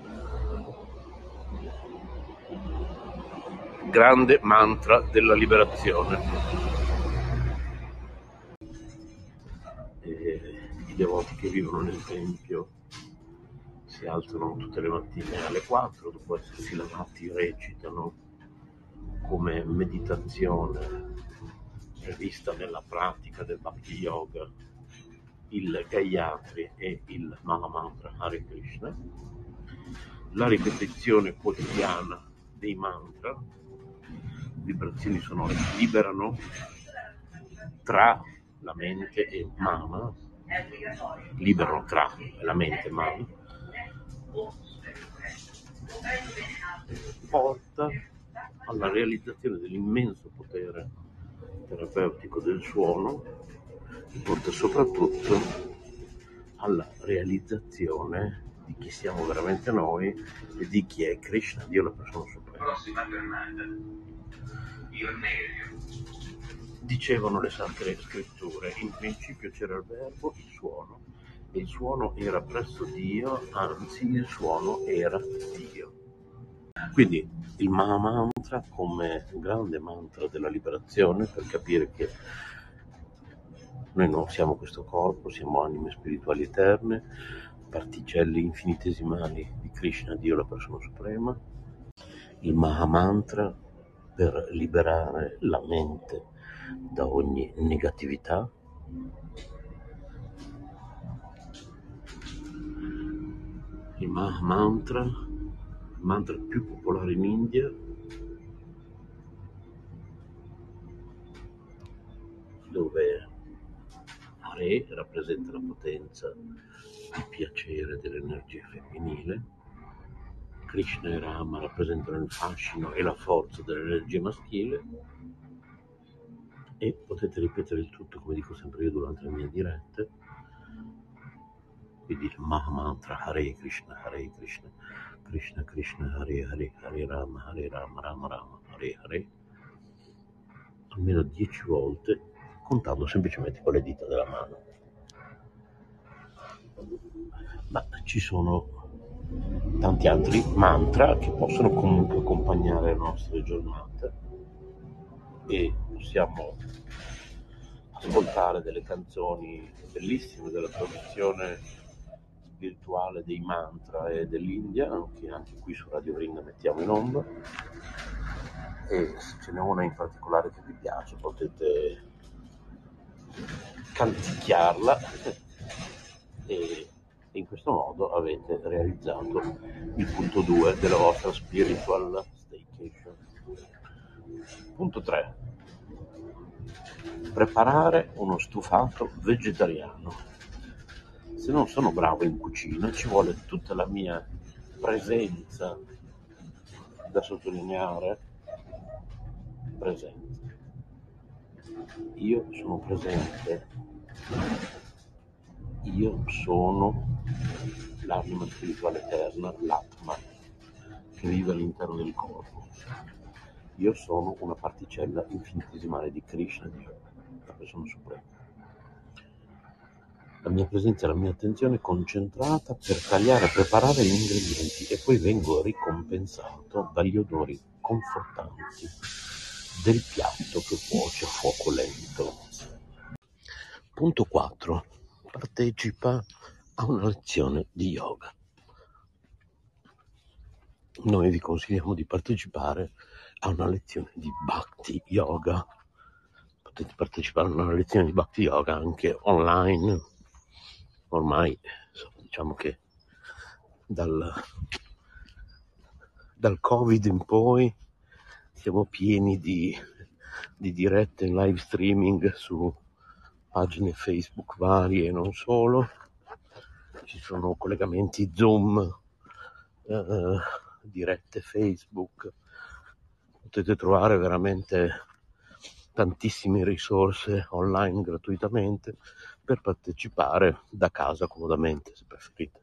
grande mantra della liberazione. E i devoti che vivono nel tempio si alzano tutte le mattine alle quattro, dopo essersi lavati recitano come meditazione prevista nella pratica del Bhakti Yoga il Gayatri e il Mahamantra Hare Krishna. La ripetizione quotidiana dei mantra, vibrazioni sonore, liberano tra la mente e Mana, liberano tra la mente e Mana, porta alla realizzazione dell'immenso potere terapeutico del suono e porta soprattutto alla realizzazione di chi siamo veramente noi e di chi è Krishna, Dio la persona suprema. Dicevano le sacre scritture, in principio c'era il verbo, il suono, e il suono era presso Dio, anzi il suono era Dio. Quindi il Mahamantra come grande mantra della liberazione, per capire che noi non siamo questo corpo, siamo anime spirituali eterne, particelle infinitesimali di Krishna, Dio la persona suprema. Il Mahamantra per liberare la mente da ogni negatività. Il Mahamantra, il mantra più popolare in India, dove Hare rappresenta la potenza di piacere dell'energia femminile, Krishna e Rama rappresentano il fascino e la forza dell'energia maschile, e potete ripetere il tutto, come dico sempre io durante le mie dirette. Quindi il Mahamantra Hare Krishna, Hare Krishna, Krishna Krishna, Hare Hare, Hare Rama, Hare Rama, Rama Rama, Hare Hare, almeno dieci volte, contando semplicemente con le dita della mano. Ma ci sono tanti altri mantra che possono comunque accompagnare le nostre giornate, e possiamo ascoltare delle canzoni bellissime della tradizione spirituale dei mantra e dell'India, anche, anche qui su Radio Vrinda mettiamo in onda, e se ce n'è una in particolare che vi piace potete canticchiarla e, e in questo modo avete realizzato il punto due della vostra spiritual staycation. Punto tre. Preparare uno stufato vegetariano. Se non sono bravo in cucina, ci vuole tutta la mia presenza, da sottolineare, presenza. Io sono presente, io sono l'anima spirituale eterna, l'Atma, che vive all'interno del corpo. Io sono una particella infinitesimale di Krishna, la persona suprema. La mia presenza e la mia attenzione è concentrata per tagliare e preparare gli ingredienti e poi vengo ricompensato dagli odori confortanti del piatto che cuoce a fuoco lento. Punto quattro. Partecipa a una lezione di yoga. Noi vi consigliamo di partecipare a una lezione di Bhakti Yoga. Potete partecipare a una lezione di Bhakti Yoga anche online. Ormai diciamo che dal, dal Covid in poi siamo pieni di, di dirette in live streaming su pagine Facebook varie e non solo. Ci sono collegamenti Zoom, eh, dirette Facebook. Potete trovare veramente tantissime risorse online gratuitamente per partecipare da casa comodamente, se preferite.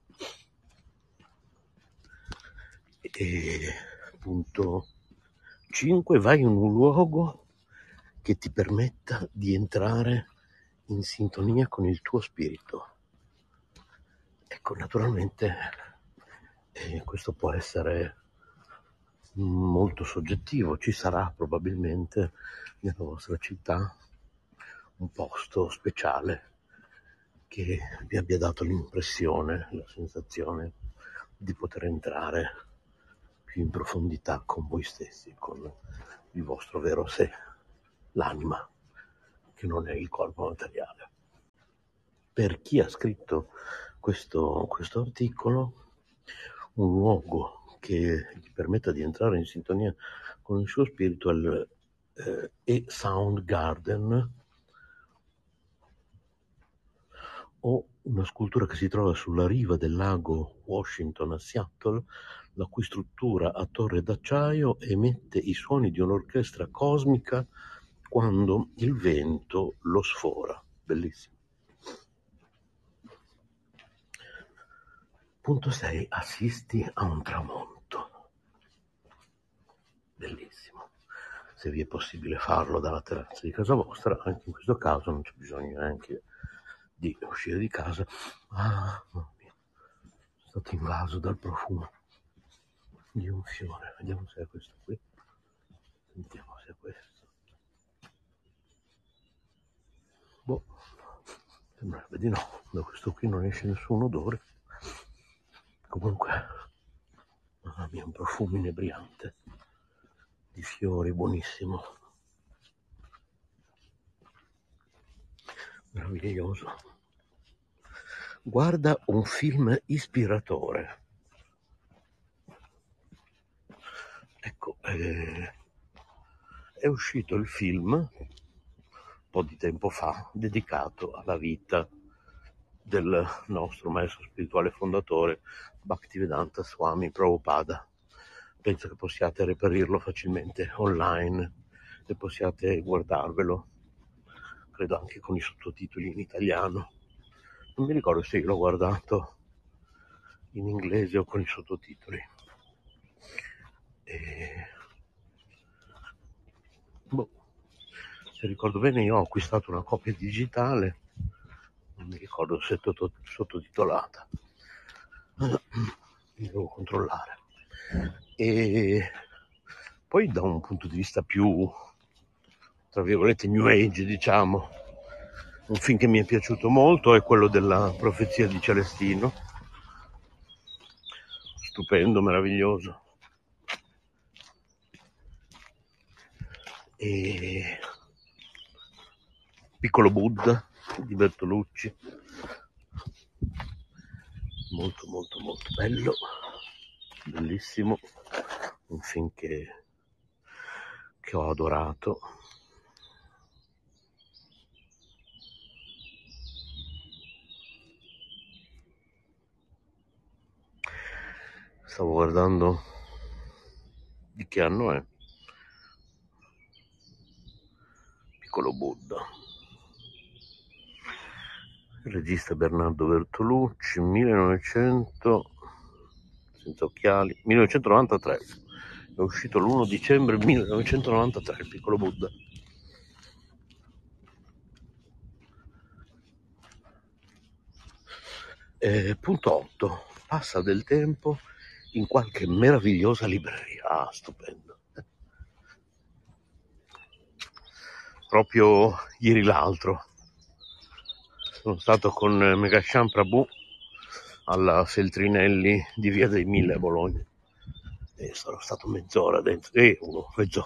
E punto cinque, vai in un luogo che ti permetta di entrare in sintonia con il tuo spirito. Ecco, naturalmente eh, questo può essere molto soggettivo. Ci sarà probabilmente nella vostra città un posto speciale che vi abbia dato l'impressione, la sensazione di poter entrare più in profondità con voi stessi, con il vostro vero sé, l'anima, che non è il corpo materiale. Per chi ha scritto questo, questo articolo, un luogo che gli permetta di entrare in sintonia con il suo spirito è il eh, e Sound Garden, o una scultura che si trova sulla riva del lago Washington a Seattle, la cui struttura a torre d'acciaio emette i suoni di un'orchestra cosmica quando il vento lo sfora. Bellissimo. Punto sei. Assisti a un tramonto. Bellissimo. Se vi è possibile farlo dalla terrazza di casa vostra, anche in questo caso non c'è bisogno neanche di uscire di casa. Ah, mamma mia, sono stato invaso dal profumo di un fiore. Vediamo se è questo qui. Sentiamo se è questo. Boh, sembrerebbe di no. Da questo qui non esce nessun odore. Comunque, mamma mia, un profumo inebriante di fiori, buonissimo. Meraviglioso. Guarda un film ispiratore. Ecco, eh, è uscito il film un po' di tempo fa dedicato alla vita del nostro maestro spirituale fondatore Bhaktivedanta Swami Prabhupada. Penso che possiate reperirlo facilmente online e possiate guardarvelo, credo anche con i sottotitoli in italiano. Non mi ricordo se io l'ho guardato in inglese o con i sottotitoli. E... boh, se ricordo bene io ho acquistato una copia digitale, non mi ricordo se è sottotitolata, devo controllare. E poi da un punto di vista più, tra virgolette, new age, diciamo, un film che mi è piaciuto molto è quello della profezia di Celestino. Stupendo, meraviglioso. E Piccolo Buddha di Bertolucci. molto molto molto bello, bellissimo, un film che, che ho adorato. Stavo guardando di che anno è. Piccolo Buddha. Il regista Bernardo Bertolucci, millenovecento, senza occhiali, millenovecentonovantatré. È uscito l'primo dicembre millenovecentonovantatré, il Piccolo Buddha. Eh, punto otto. Passa del tempo in qualche meravigliosa libreria. Ah, stupendo. Proprio ieri l'altro sono stato con Megasham Prabhu alla Feltrinelli di Via dei Mille a Bologna e sarò stato mezz'ora dentro, e uno, mezz'ora,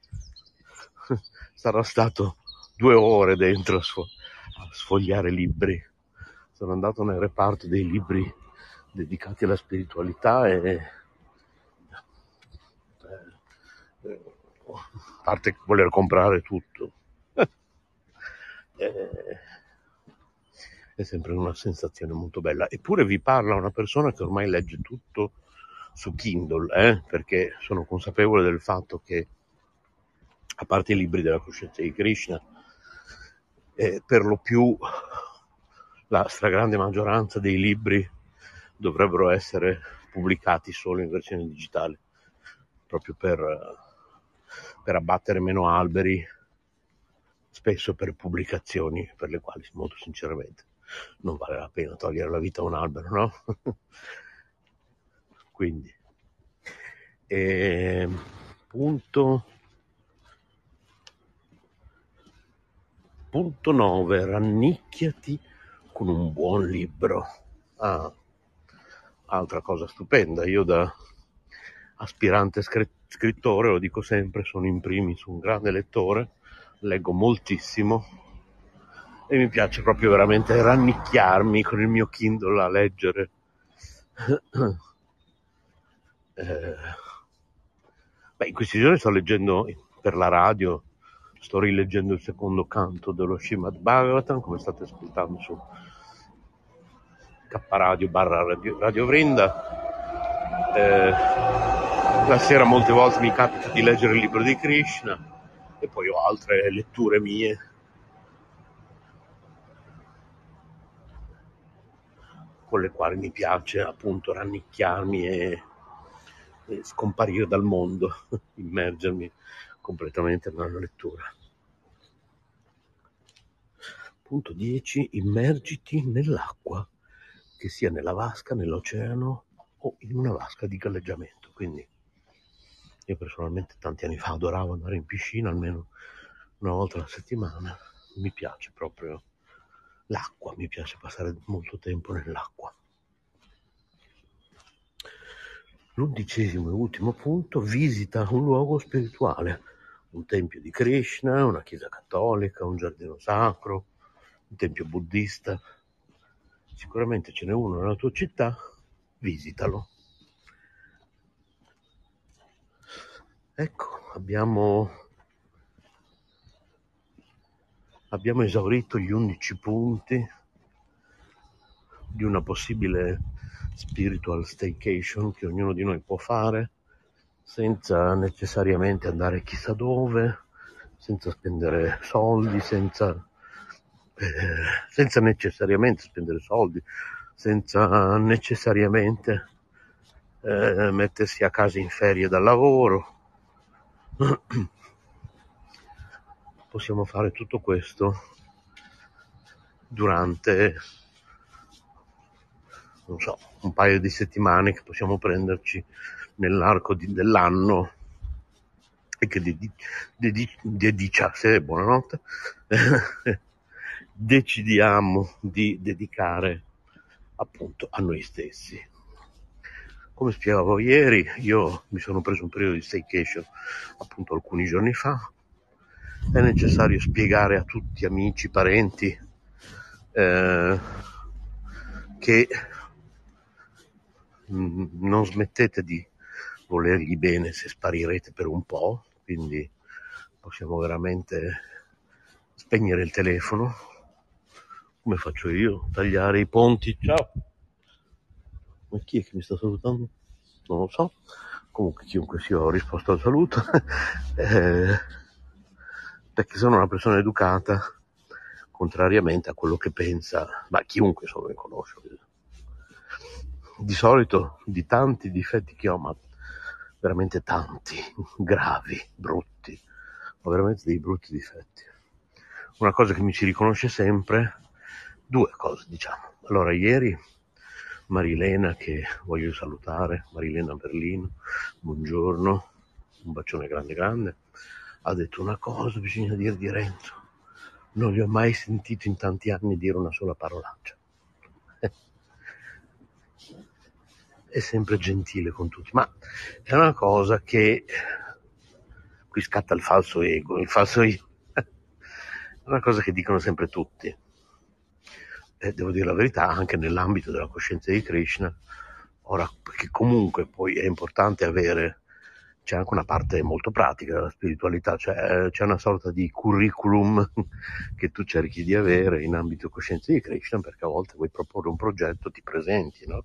sarò stato due ore dentro a, sfo- a sfogliare libri. Sono andato nel reparto dei libri dedicati alla spiritualità e eh, a parte voler comprare tutto, eh, è sempre una sensazione molto bella. Eppure vi parla una persona che ormai legge tutto su Kindle, eh, perché sono consapevole del fatto che, a parte i libri della coscienza di Krishna, eh, per lo più la stragrande maggioranza dei libri dovrebbero essere pubblicati solo in versione digitale, proprio per, per abbattere meno alberi, spesso per pubblicazioni per le quali, molto sinceramente, non vale la pena togliere la vita a un albero, no? Quindi, eh, punto, punto nove, rannicchiati con un buon libro. Ah, altra cosa stupenda. Io da aspirante scrittore, lo dico sempre, sono in primis un grande lettore, leggo moltissimo e mi piace proprio veramente rannicchiarmi con il mio Kindle a leggere. eh, beh, in questi giorni sto leggendo per la radio, sto rileggendo il secondo canto dello Srimad Bhagavatam, come state ascoltando su K Radio barra Radio, Radio Vrinda. Eh, la sera molte volte mi capita di leggere il libro di Krishna e poi ho altre letture mie con le quali mi piace appunto rannicchiarmi e, e scomparire dal mondo, immergermi completamente nella lettura. Punto dieci, immergiti nell'acqua, che sia nella vasca, nell'oceano o in una vasca di galleggiamento. Quindi io personalmente tanti anni fa adoravo andare in piscina almeno una volta alla settimana. Mi piace proprio l'acqua, mi piace passare molto tempo nell'acqua. L'undicesimo e ultimo punto, visita un luogo spirituale, un tempio di Krishna, una chiesa cattolica, un giardino sacro, un tempio buddista. Sicuramente ce n'è uno nella tua città, visitalo. Ecco, abbiamo, abbiamo esaurito gli undici punti di una possibile spiritual staycation che ognuno di noi può fare senza necessariamente andare chissà dove, senza spendere soldi, senza, eh, senza necessariamente spendere soldi, senza necessariamente eh, mettersi a casa in ferie dal lavoro. Possiamo fare tutto questo durante, non so, un paio di settimane che possiamo prenderci nell'arco di, dell'anno e che dedici, dedici, dedici, buonanotte, decidiamo di dedicare appunto a noi stessi. Come spiegavo ieri, io mi sono preso un periodo di staycation appunto alcuni giorni fa. È necessario spiegare a tutti, amici, parenti, eh, che mh, non smettete di volergli bene se sparirete per un po', quindi possiamo veramente spegnere il telefono, come faccio io, tagliare i ponti. Ciao! Ma chi è che mi sta salutando? Non lo so. Comunque chiunque sia, ho risposto al saluto. eh, perché sono una persona educata, contrariamente a quello che pensa, ma chiunque insomma mi conosce. Di solito di tanti difetti che ho, ma veramente tanti, gravi, brutti, ho veramente dei brutti difetti. Una cosa che mi ci riconosce sempre, due cose diciamo. Allora, ieri Marilena, che voglio salutare, Marilena Berlino, buongiorno, un bacione grande grande, ha detto una cosa, bisogna dire di Renzo, non gli ho mai sentito in tanti anni dire una sola parolaccia. È sempre gentile con tutti, ma è una cosa che qui scatta il falso ego, il falso io. È una cosa che dicono sempre tutti. E devo dire la verità, anche nell'ambito della coscienza di Krishna, ora, perché comunque poi è importante avere, c'è anche una parte molto pratica della spiritualità, cioè c'è una sorta di curriculum che tu cerchi di avere in ambito coscienza di Krishna, perché a volte vuoi proporre un progetto, ti presenti, no?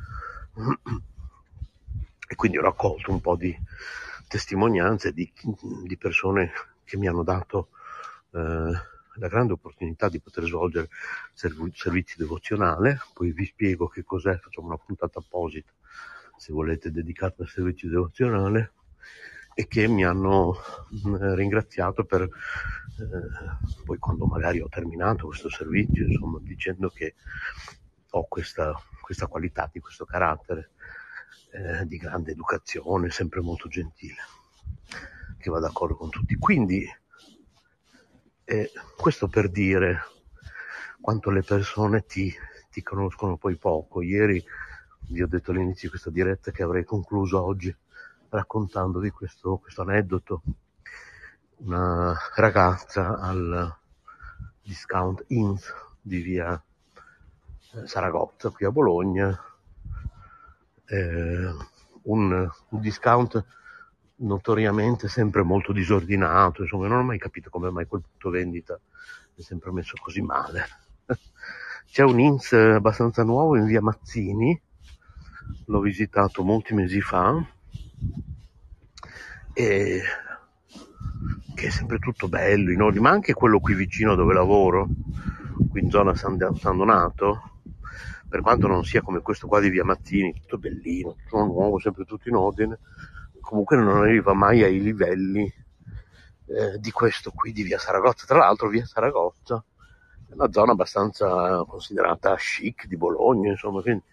E quindi ho raccolto un po' di testimonianze di, di persone che mi hanno dato eh, la grande opportunità di poter svolgere serv- servizio devozionale. Poi vi spiego che cos'è, facciamo una puntata apposita se volete dedicata al servizio devozionale, e che mi hanno mh, ringraziato per eh, poi quando magari ho terminato questo servizio, insomma, dicendo che ho questa, questa qualità, di questo carattere eh, di grande educazione, sempre molto gentile, che va d'accordo con tutti. Quindi eh, questo per dire quanto le persone ti, ti conoscono poi poco. Ieri vi ho detto all'inizio di questa diretta che avrei concluso oggi raccontandovi questo, questo aneddoto. Una ragazza al discount Inf di via Saragozza qui a Bologna, eh, un, un discount notoriamente sempre molto disordinato, insomma non ho mai capito come mai quel punto vendita è sempre messo così male. C'è un I N S abbastanza nuovo in via Mazzini, l'ho visitato molti mesi fa, e che è sempre tutto bello, in ordine, ma anche quello qui vicino dove lavoro, qui in zona San, San Donato, per quanto non sia come questo qua di via Mazzini, tutto bellino, tutto nuovo, sempre tutto in ordine, comunque non arriva mai ai livelli eh, di questo qui di via Saragozza. Tra l'altro via Saragozza è una zona abbastanza considerata chic di Bologna, insomma, quindi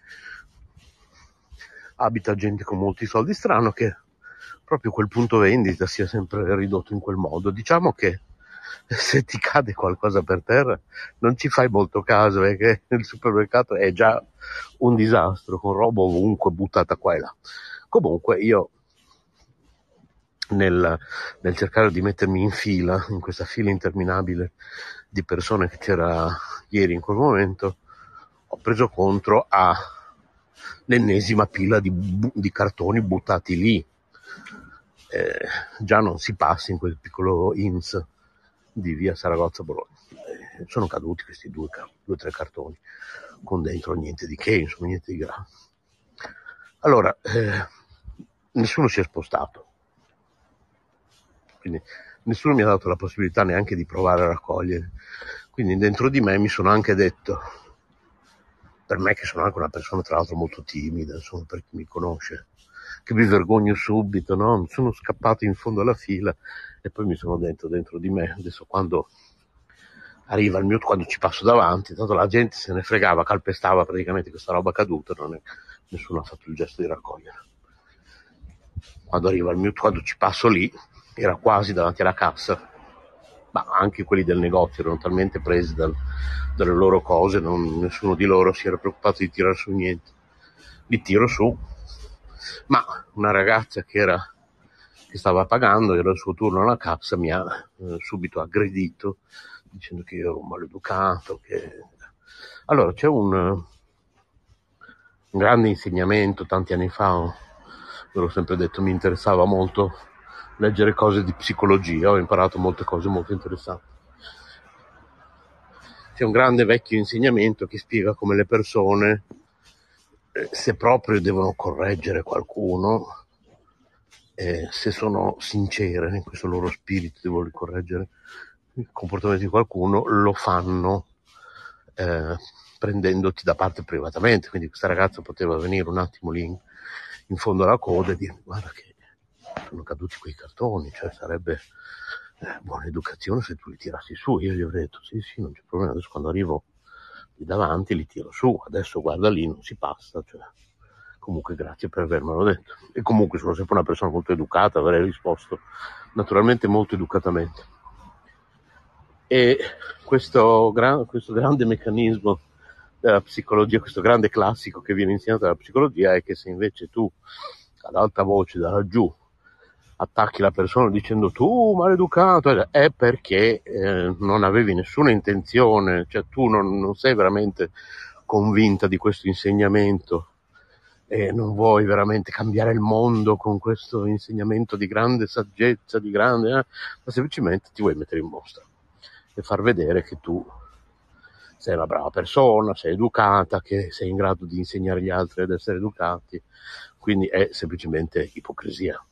abita gente con molti soldi. Strano che proprio quel punto vendita sia sempre ridotto in quel modo. Diciamo che se ti cade qualcosa per terra non ci fai molto caso, perché il supermercato è già un disastro, con roba ovunque buttata qua e là. Comunque io nel, nel cercare di mettermi in fila, in questa fila interminabile di persone che c'era ieri in quel momento, ho preso contro a l'ennesima pila di, di cartoni buttati lì. Eh, già non si passa in quel piccolo I N S di via Saragozza Bologna. Eh, sono caduti questi due o tre cartoni con dentro niente di che, insomma niente di grave. Allora eh, nessuno si è spostato, quindi nessuno mi ha dato la possibilità neanche di provare a raccogliere. Quindi dentro di me mi sono anche detto, per me che sono anche una persona tra l'altro molto timida, insomma, per chi mi conosce, che mi vergogno subito, no? Sono scappato in fondo alla fila e poi mi sono detto dentro di me, adesso quando arriva il mio, quando ci passo davanti, tanto la gente se ne fregava, calpestava praticamente questa roba caduta, non è, nessuno ha fatto il gesto di raccogliere. Quando arriva il mio, quando ci passo lì, era quasi davanti alla cassa, ma anche quelli del negozio erano talmente presi dal, dalle loro cose, non, nessuno di loro si era preoccupato di tirare su niente. Li tiro su, ma una ragazza che era che stava pagando, era il suo turno alla cassa, mi ha eh, subito aggredito dicendo che io ero un maleducato, che... Allora c'è un un grande insegnamento tanti anni fa, ve l'ho sempre detto, mi interessava molto leggere cose di psicologia, ho imparato molte cose molto interessanti. C'è un grande vecchio insegnamento che spiega come le persone, eh, se proprio devono correggere qualcuno, eh, se sono sincere in questo loro spirito di voler correggere il comportamento di qualcuno, lo fanno eh, prendendoti da parte privatamente. Quindi questa ragazza poteva venire un attimo lì in, in fondo alla coda e dire: guarda che sono caduti quei cartoni, cioè sarebbe eh, buona educazione se tu li tirassi su. Io gli avrei detto: sì sì, non c'è problema, adesso quando arrivo lì davanti li tiro su, adesso guarda lì, non si passa, cioè comunque grazie per avermelo detto. E comunque sono sempre una persona molto educata, avrei risposto naturalmente molto educatamente. E questo, gran, questo grande meccanismo della psicologia, questo grande classico che viene insegnato dalla psicologia, è che se invece tu ad alta voce da laggiù attacchi la persona dicendo tu maleducato, è perché eh, non avevi nessuna intenzione, cioè tu non, non sei veramente convinta di questo insegnamento e non vuoi veramente cambiare il mondo con questo insegnamento di grande saggezza, di grande, eh, ma semplicemente ti vuoi mettere in mostra e far vedere che tu sei una brava persona, sei educata, che sei in grado di insegnare agli altri ad essere educati, quindi è semplicemente ipocrisia.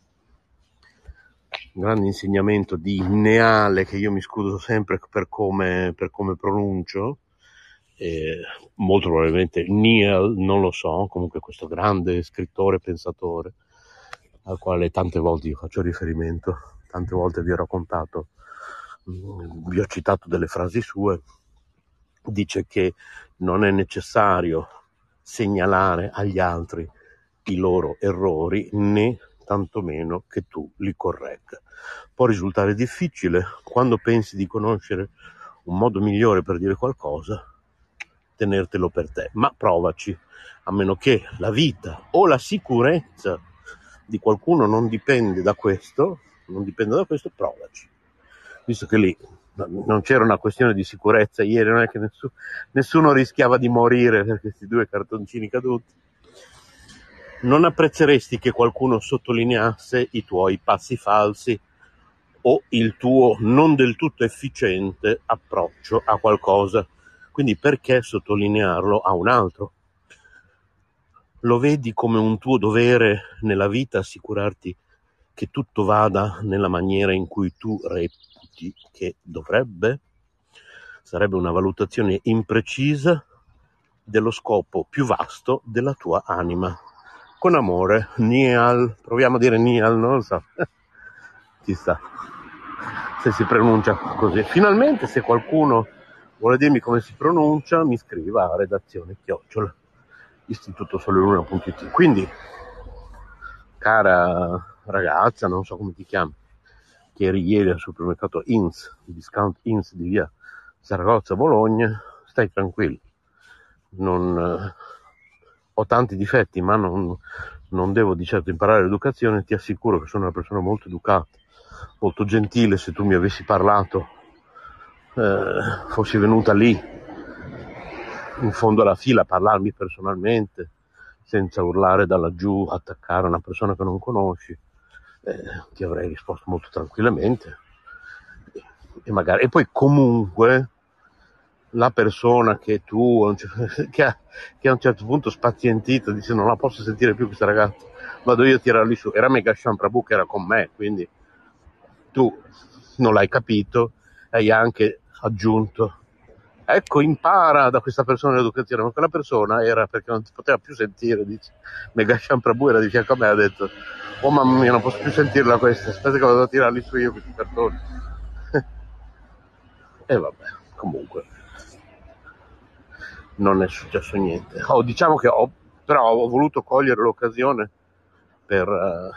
Un grande insegnamento di Neale, che io mi scuso sempre per come, per come pronuncio, eh, molto probabilmente Neal, non lo so, comunque questo grande scrittore, pensatore, al quale tante volte io faccio riferimento, tante volte vi ho raccontato, vi ho citato delle frasi sue. Dice che non è necessario segnalare agli altri i loro errori, né tantomeno che tu li corregga. Può risultare difficile quando pensi di conoscere un modo migliore per dire qualcosa, tenertelo per te, ma provaci, a meno che la vita o la sicurezza di qualcuno non dipende da questo, non dipende da questo, provaci. Visto che lì non c'era una questione di sicurezza ieri, non è che nessuno, nessuno rischiava di morire per questi due cartoncini caduti. Non apprezzeresti che qualcuno sottolineasse i tuoi passi falsi o il tuo non del tutto efficiente approccio a qualcosa. Quindi perché sottolinearlo a un altro? Lo vedi come un tuo dovere nella vita assicurarti che tutto vada nella maniera in cui tu reputi che dovrebbe? Sarebbe una valutazione imprecisa dello scopo più vasto della tua anima. Con amore, Neal, proviamo a dire Neal, non lo so, ci sta, se si pronuncia così. Finalmente, se qualcuno vuole dirmi come si pronuncia, mi scriva a redazione chiocciola istituto sole luna punto it. Quindi, cara ragazza, non so come ti chiami, che eri ieri al supermercato Ins, discount Ins di via Saragozza Bologna, stai tranquillo. Non, eh, ho tanti difetti, ma non, non devo di certo imparare l'educazione. Ti assicuro che sono una persona molto educata, molto gentile. Se tu mi avessi parlato, eh, fossi venuta lì in fondo alla fila a parlarmi personalmente, senza urlare da laggiù, attaccare una persona che non conosci, eh, ti avrei risposto molto tranquillamente. E, e magari, e poi comunque la persona che tu che, ha, che a un certo punto spazientita dice non la posso sentire più questa ragazza, vado io a tirarli su, era Megasham Prabhu che era con me, quindi tu non l'hai capito, hai anche aggiunto ecco, impara da questa persona l'educazione, ma quella persona era perché non si poteva più sentire, dice Megasham Prabhu era di fianco a me, ha detto oh mamma mia, non posso più sentirla questa, aspetta che vado a tirarli su io questi cartoni. E vabbè, comunque non è successo niente. Oh, diciamo che ho, però ho voluto cogliere l'occasione per, uh,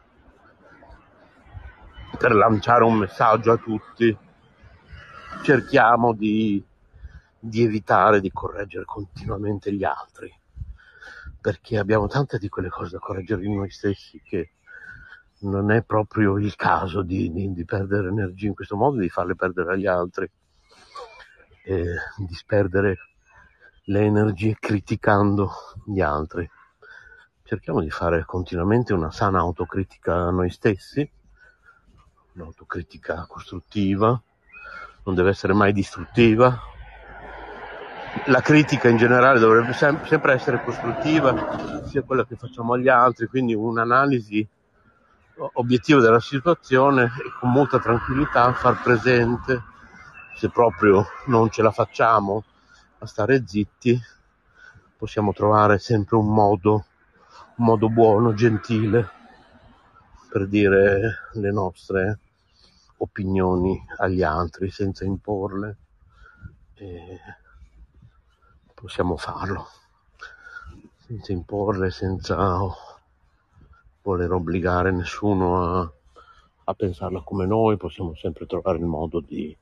per lanciare un messaggio a tutti. Cerchiamo di, di evitare di correggere continuamente gli altri, perché abbiamo tante di quelle cose da correggere in noi stessi che non è proprio il caso di, di, di perdere energia in questo modo, di farle perdere agli altri, e di sperdere le energie criticando gli altri. Cerchiamo di fare continuamente una sana autocritica a noi stessi, un'autocritica costruttiva, non deve essere mai distruttiva. La critica in generale dovrebbe sem- sempre essere costruttiva, sia quella che facciamo agli altri, quindi un'analisi obiettiva della situazione e con molta tranquillità far presente, se proprio non ce la facciamo a stare zitti, possiamo trovare sempre un modo, un modo buono, gentile, per dire le nostre opinioni agli altri senza imporle, e possiamo farlo senza imporle, senza voler obbligare nessuno a, a pensarla come noi. Possiamo sempre trovare il modo di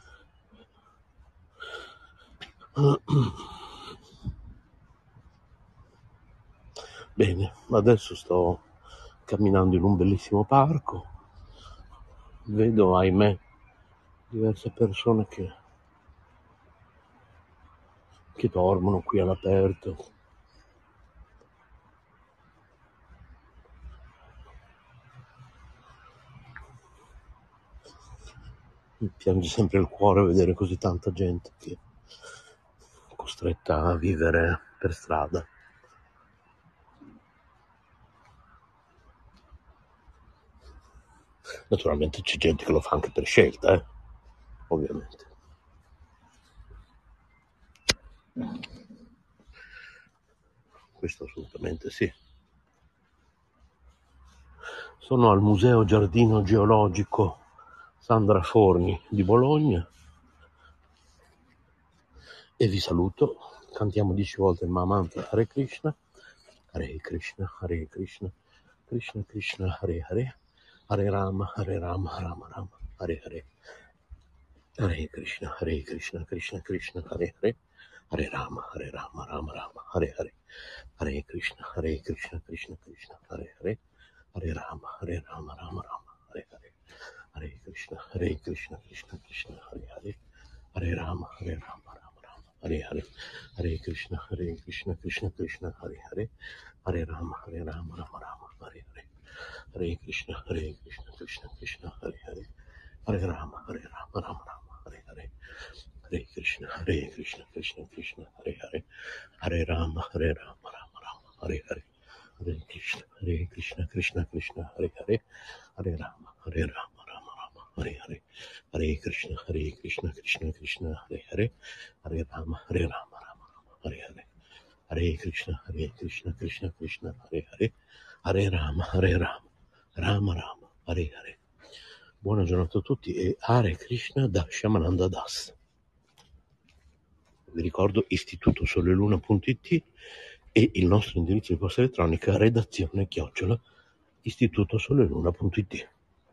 bene. Adesso sto camminando in un bellissimo parco, vedo, ahimè, diverse persone che che dormono qui all'aperto. Mi piange sempre il cuore vedere così tanta gente che è costretta a vivere per strada. Naturalmente c'è gente che lo fa anche per scelta, eh? Ovviamente. Questo assolutamente sì. Sono al Museo Giardino Geologico Sandra Forni di Bologna e vi saluto. Cantiamo dieci volte il Mahamantra Hare Krishna, Hare Krishna, Hare Krishna, Krishna Krishna, Hare Hare, Hare Rama, Hare Rama, Rama Rama, Hare Hare, Hare Krishna, Hare Krishna, Krishna Krishna, Hare Hare, Hare Rama, Hare Rama, Rama Rama, Hare Hare, Hare Krishna, Hare Krishna, Krishna Krishna, Hare Hare, Hare Rama, Hare Rama, Rama Rama, Hare Hare, Hare Krishna, Hare Krishna, Krishna Krishna, Hare Hare, Hare Rama, Hare Rama, Rama Rama, Hare Hare, Hare Krishna, Hare Krishna, Krishna Krishna, Hare Hare, Hare Rama, Hare Rama, Rama Rama, Hare Hare, Hare Krishna, Hare Krishna, Krishna Krishna, Hare Hare, Hare Rama, Hare Rama, Rama Rama, Hare Hare, Hare Krishna, Hare Krishna, Krishna Krishna, Hare Hare, Hare Rama, Hare Rama, Rama Rama, Hare Hare, Hare Krishna, Hare Krishna, Krishna Krishna, Hare Hare, Hare Rama, Hare Rama, Rama Rama, Hare Hare, Hare Krishna, Hare Krishna, Krishna Krishna, Hare Hare, Hare Rama, Hare Rama, Rama Rama, Hare Hare, Hare Krishna, Hare Krishna, Krishna Krishna, Hare Hare, Hare Rama, Hare Rama, Rama Rama, Hare Hare. Buona giornata a tutti e Hare Krishna da Shamananda Das. Vi ricordo istituto soleluna punto it e il nostro indirizzo di posta elettronica redazione chiocciola istituto soleluna punto it.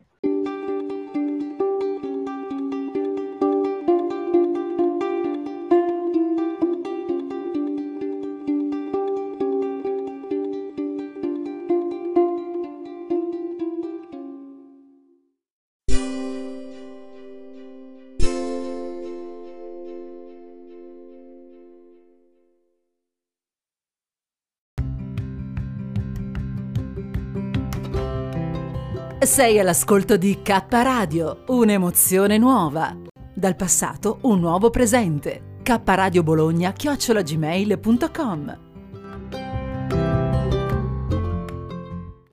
Sei all'ascolto di K Radio, un'emozione nuova. Dal passato un nuovo presente. K Radio Bologna chiocciola gmail punto com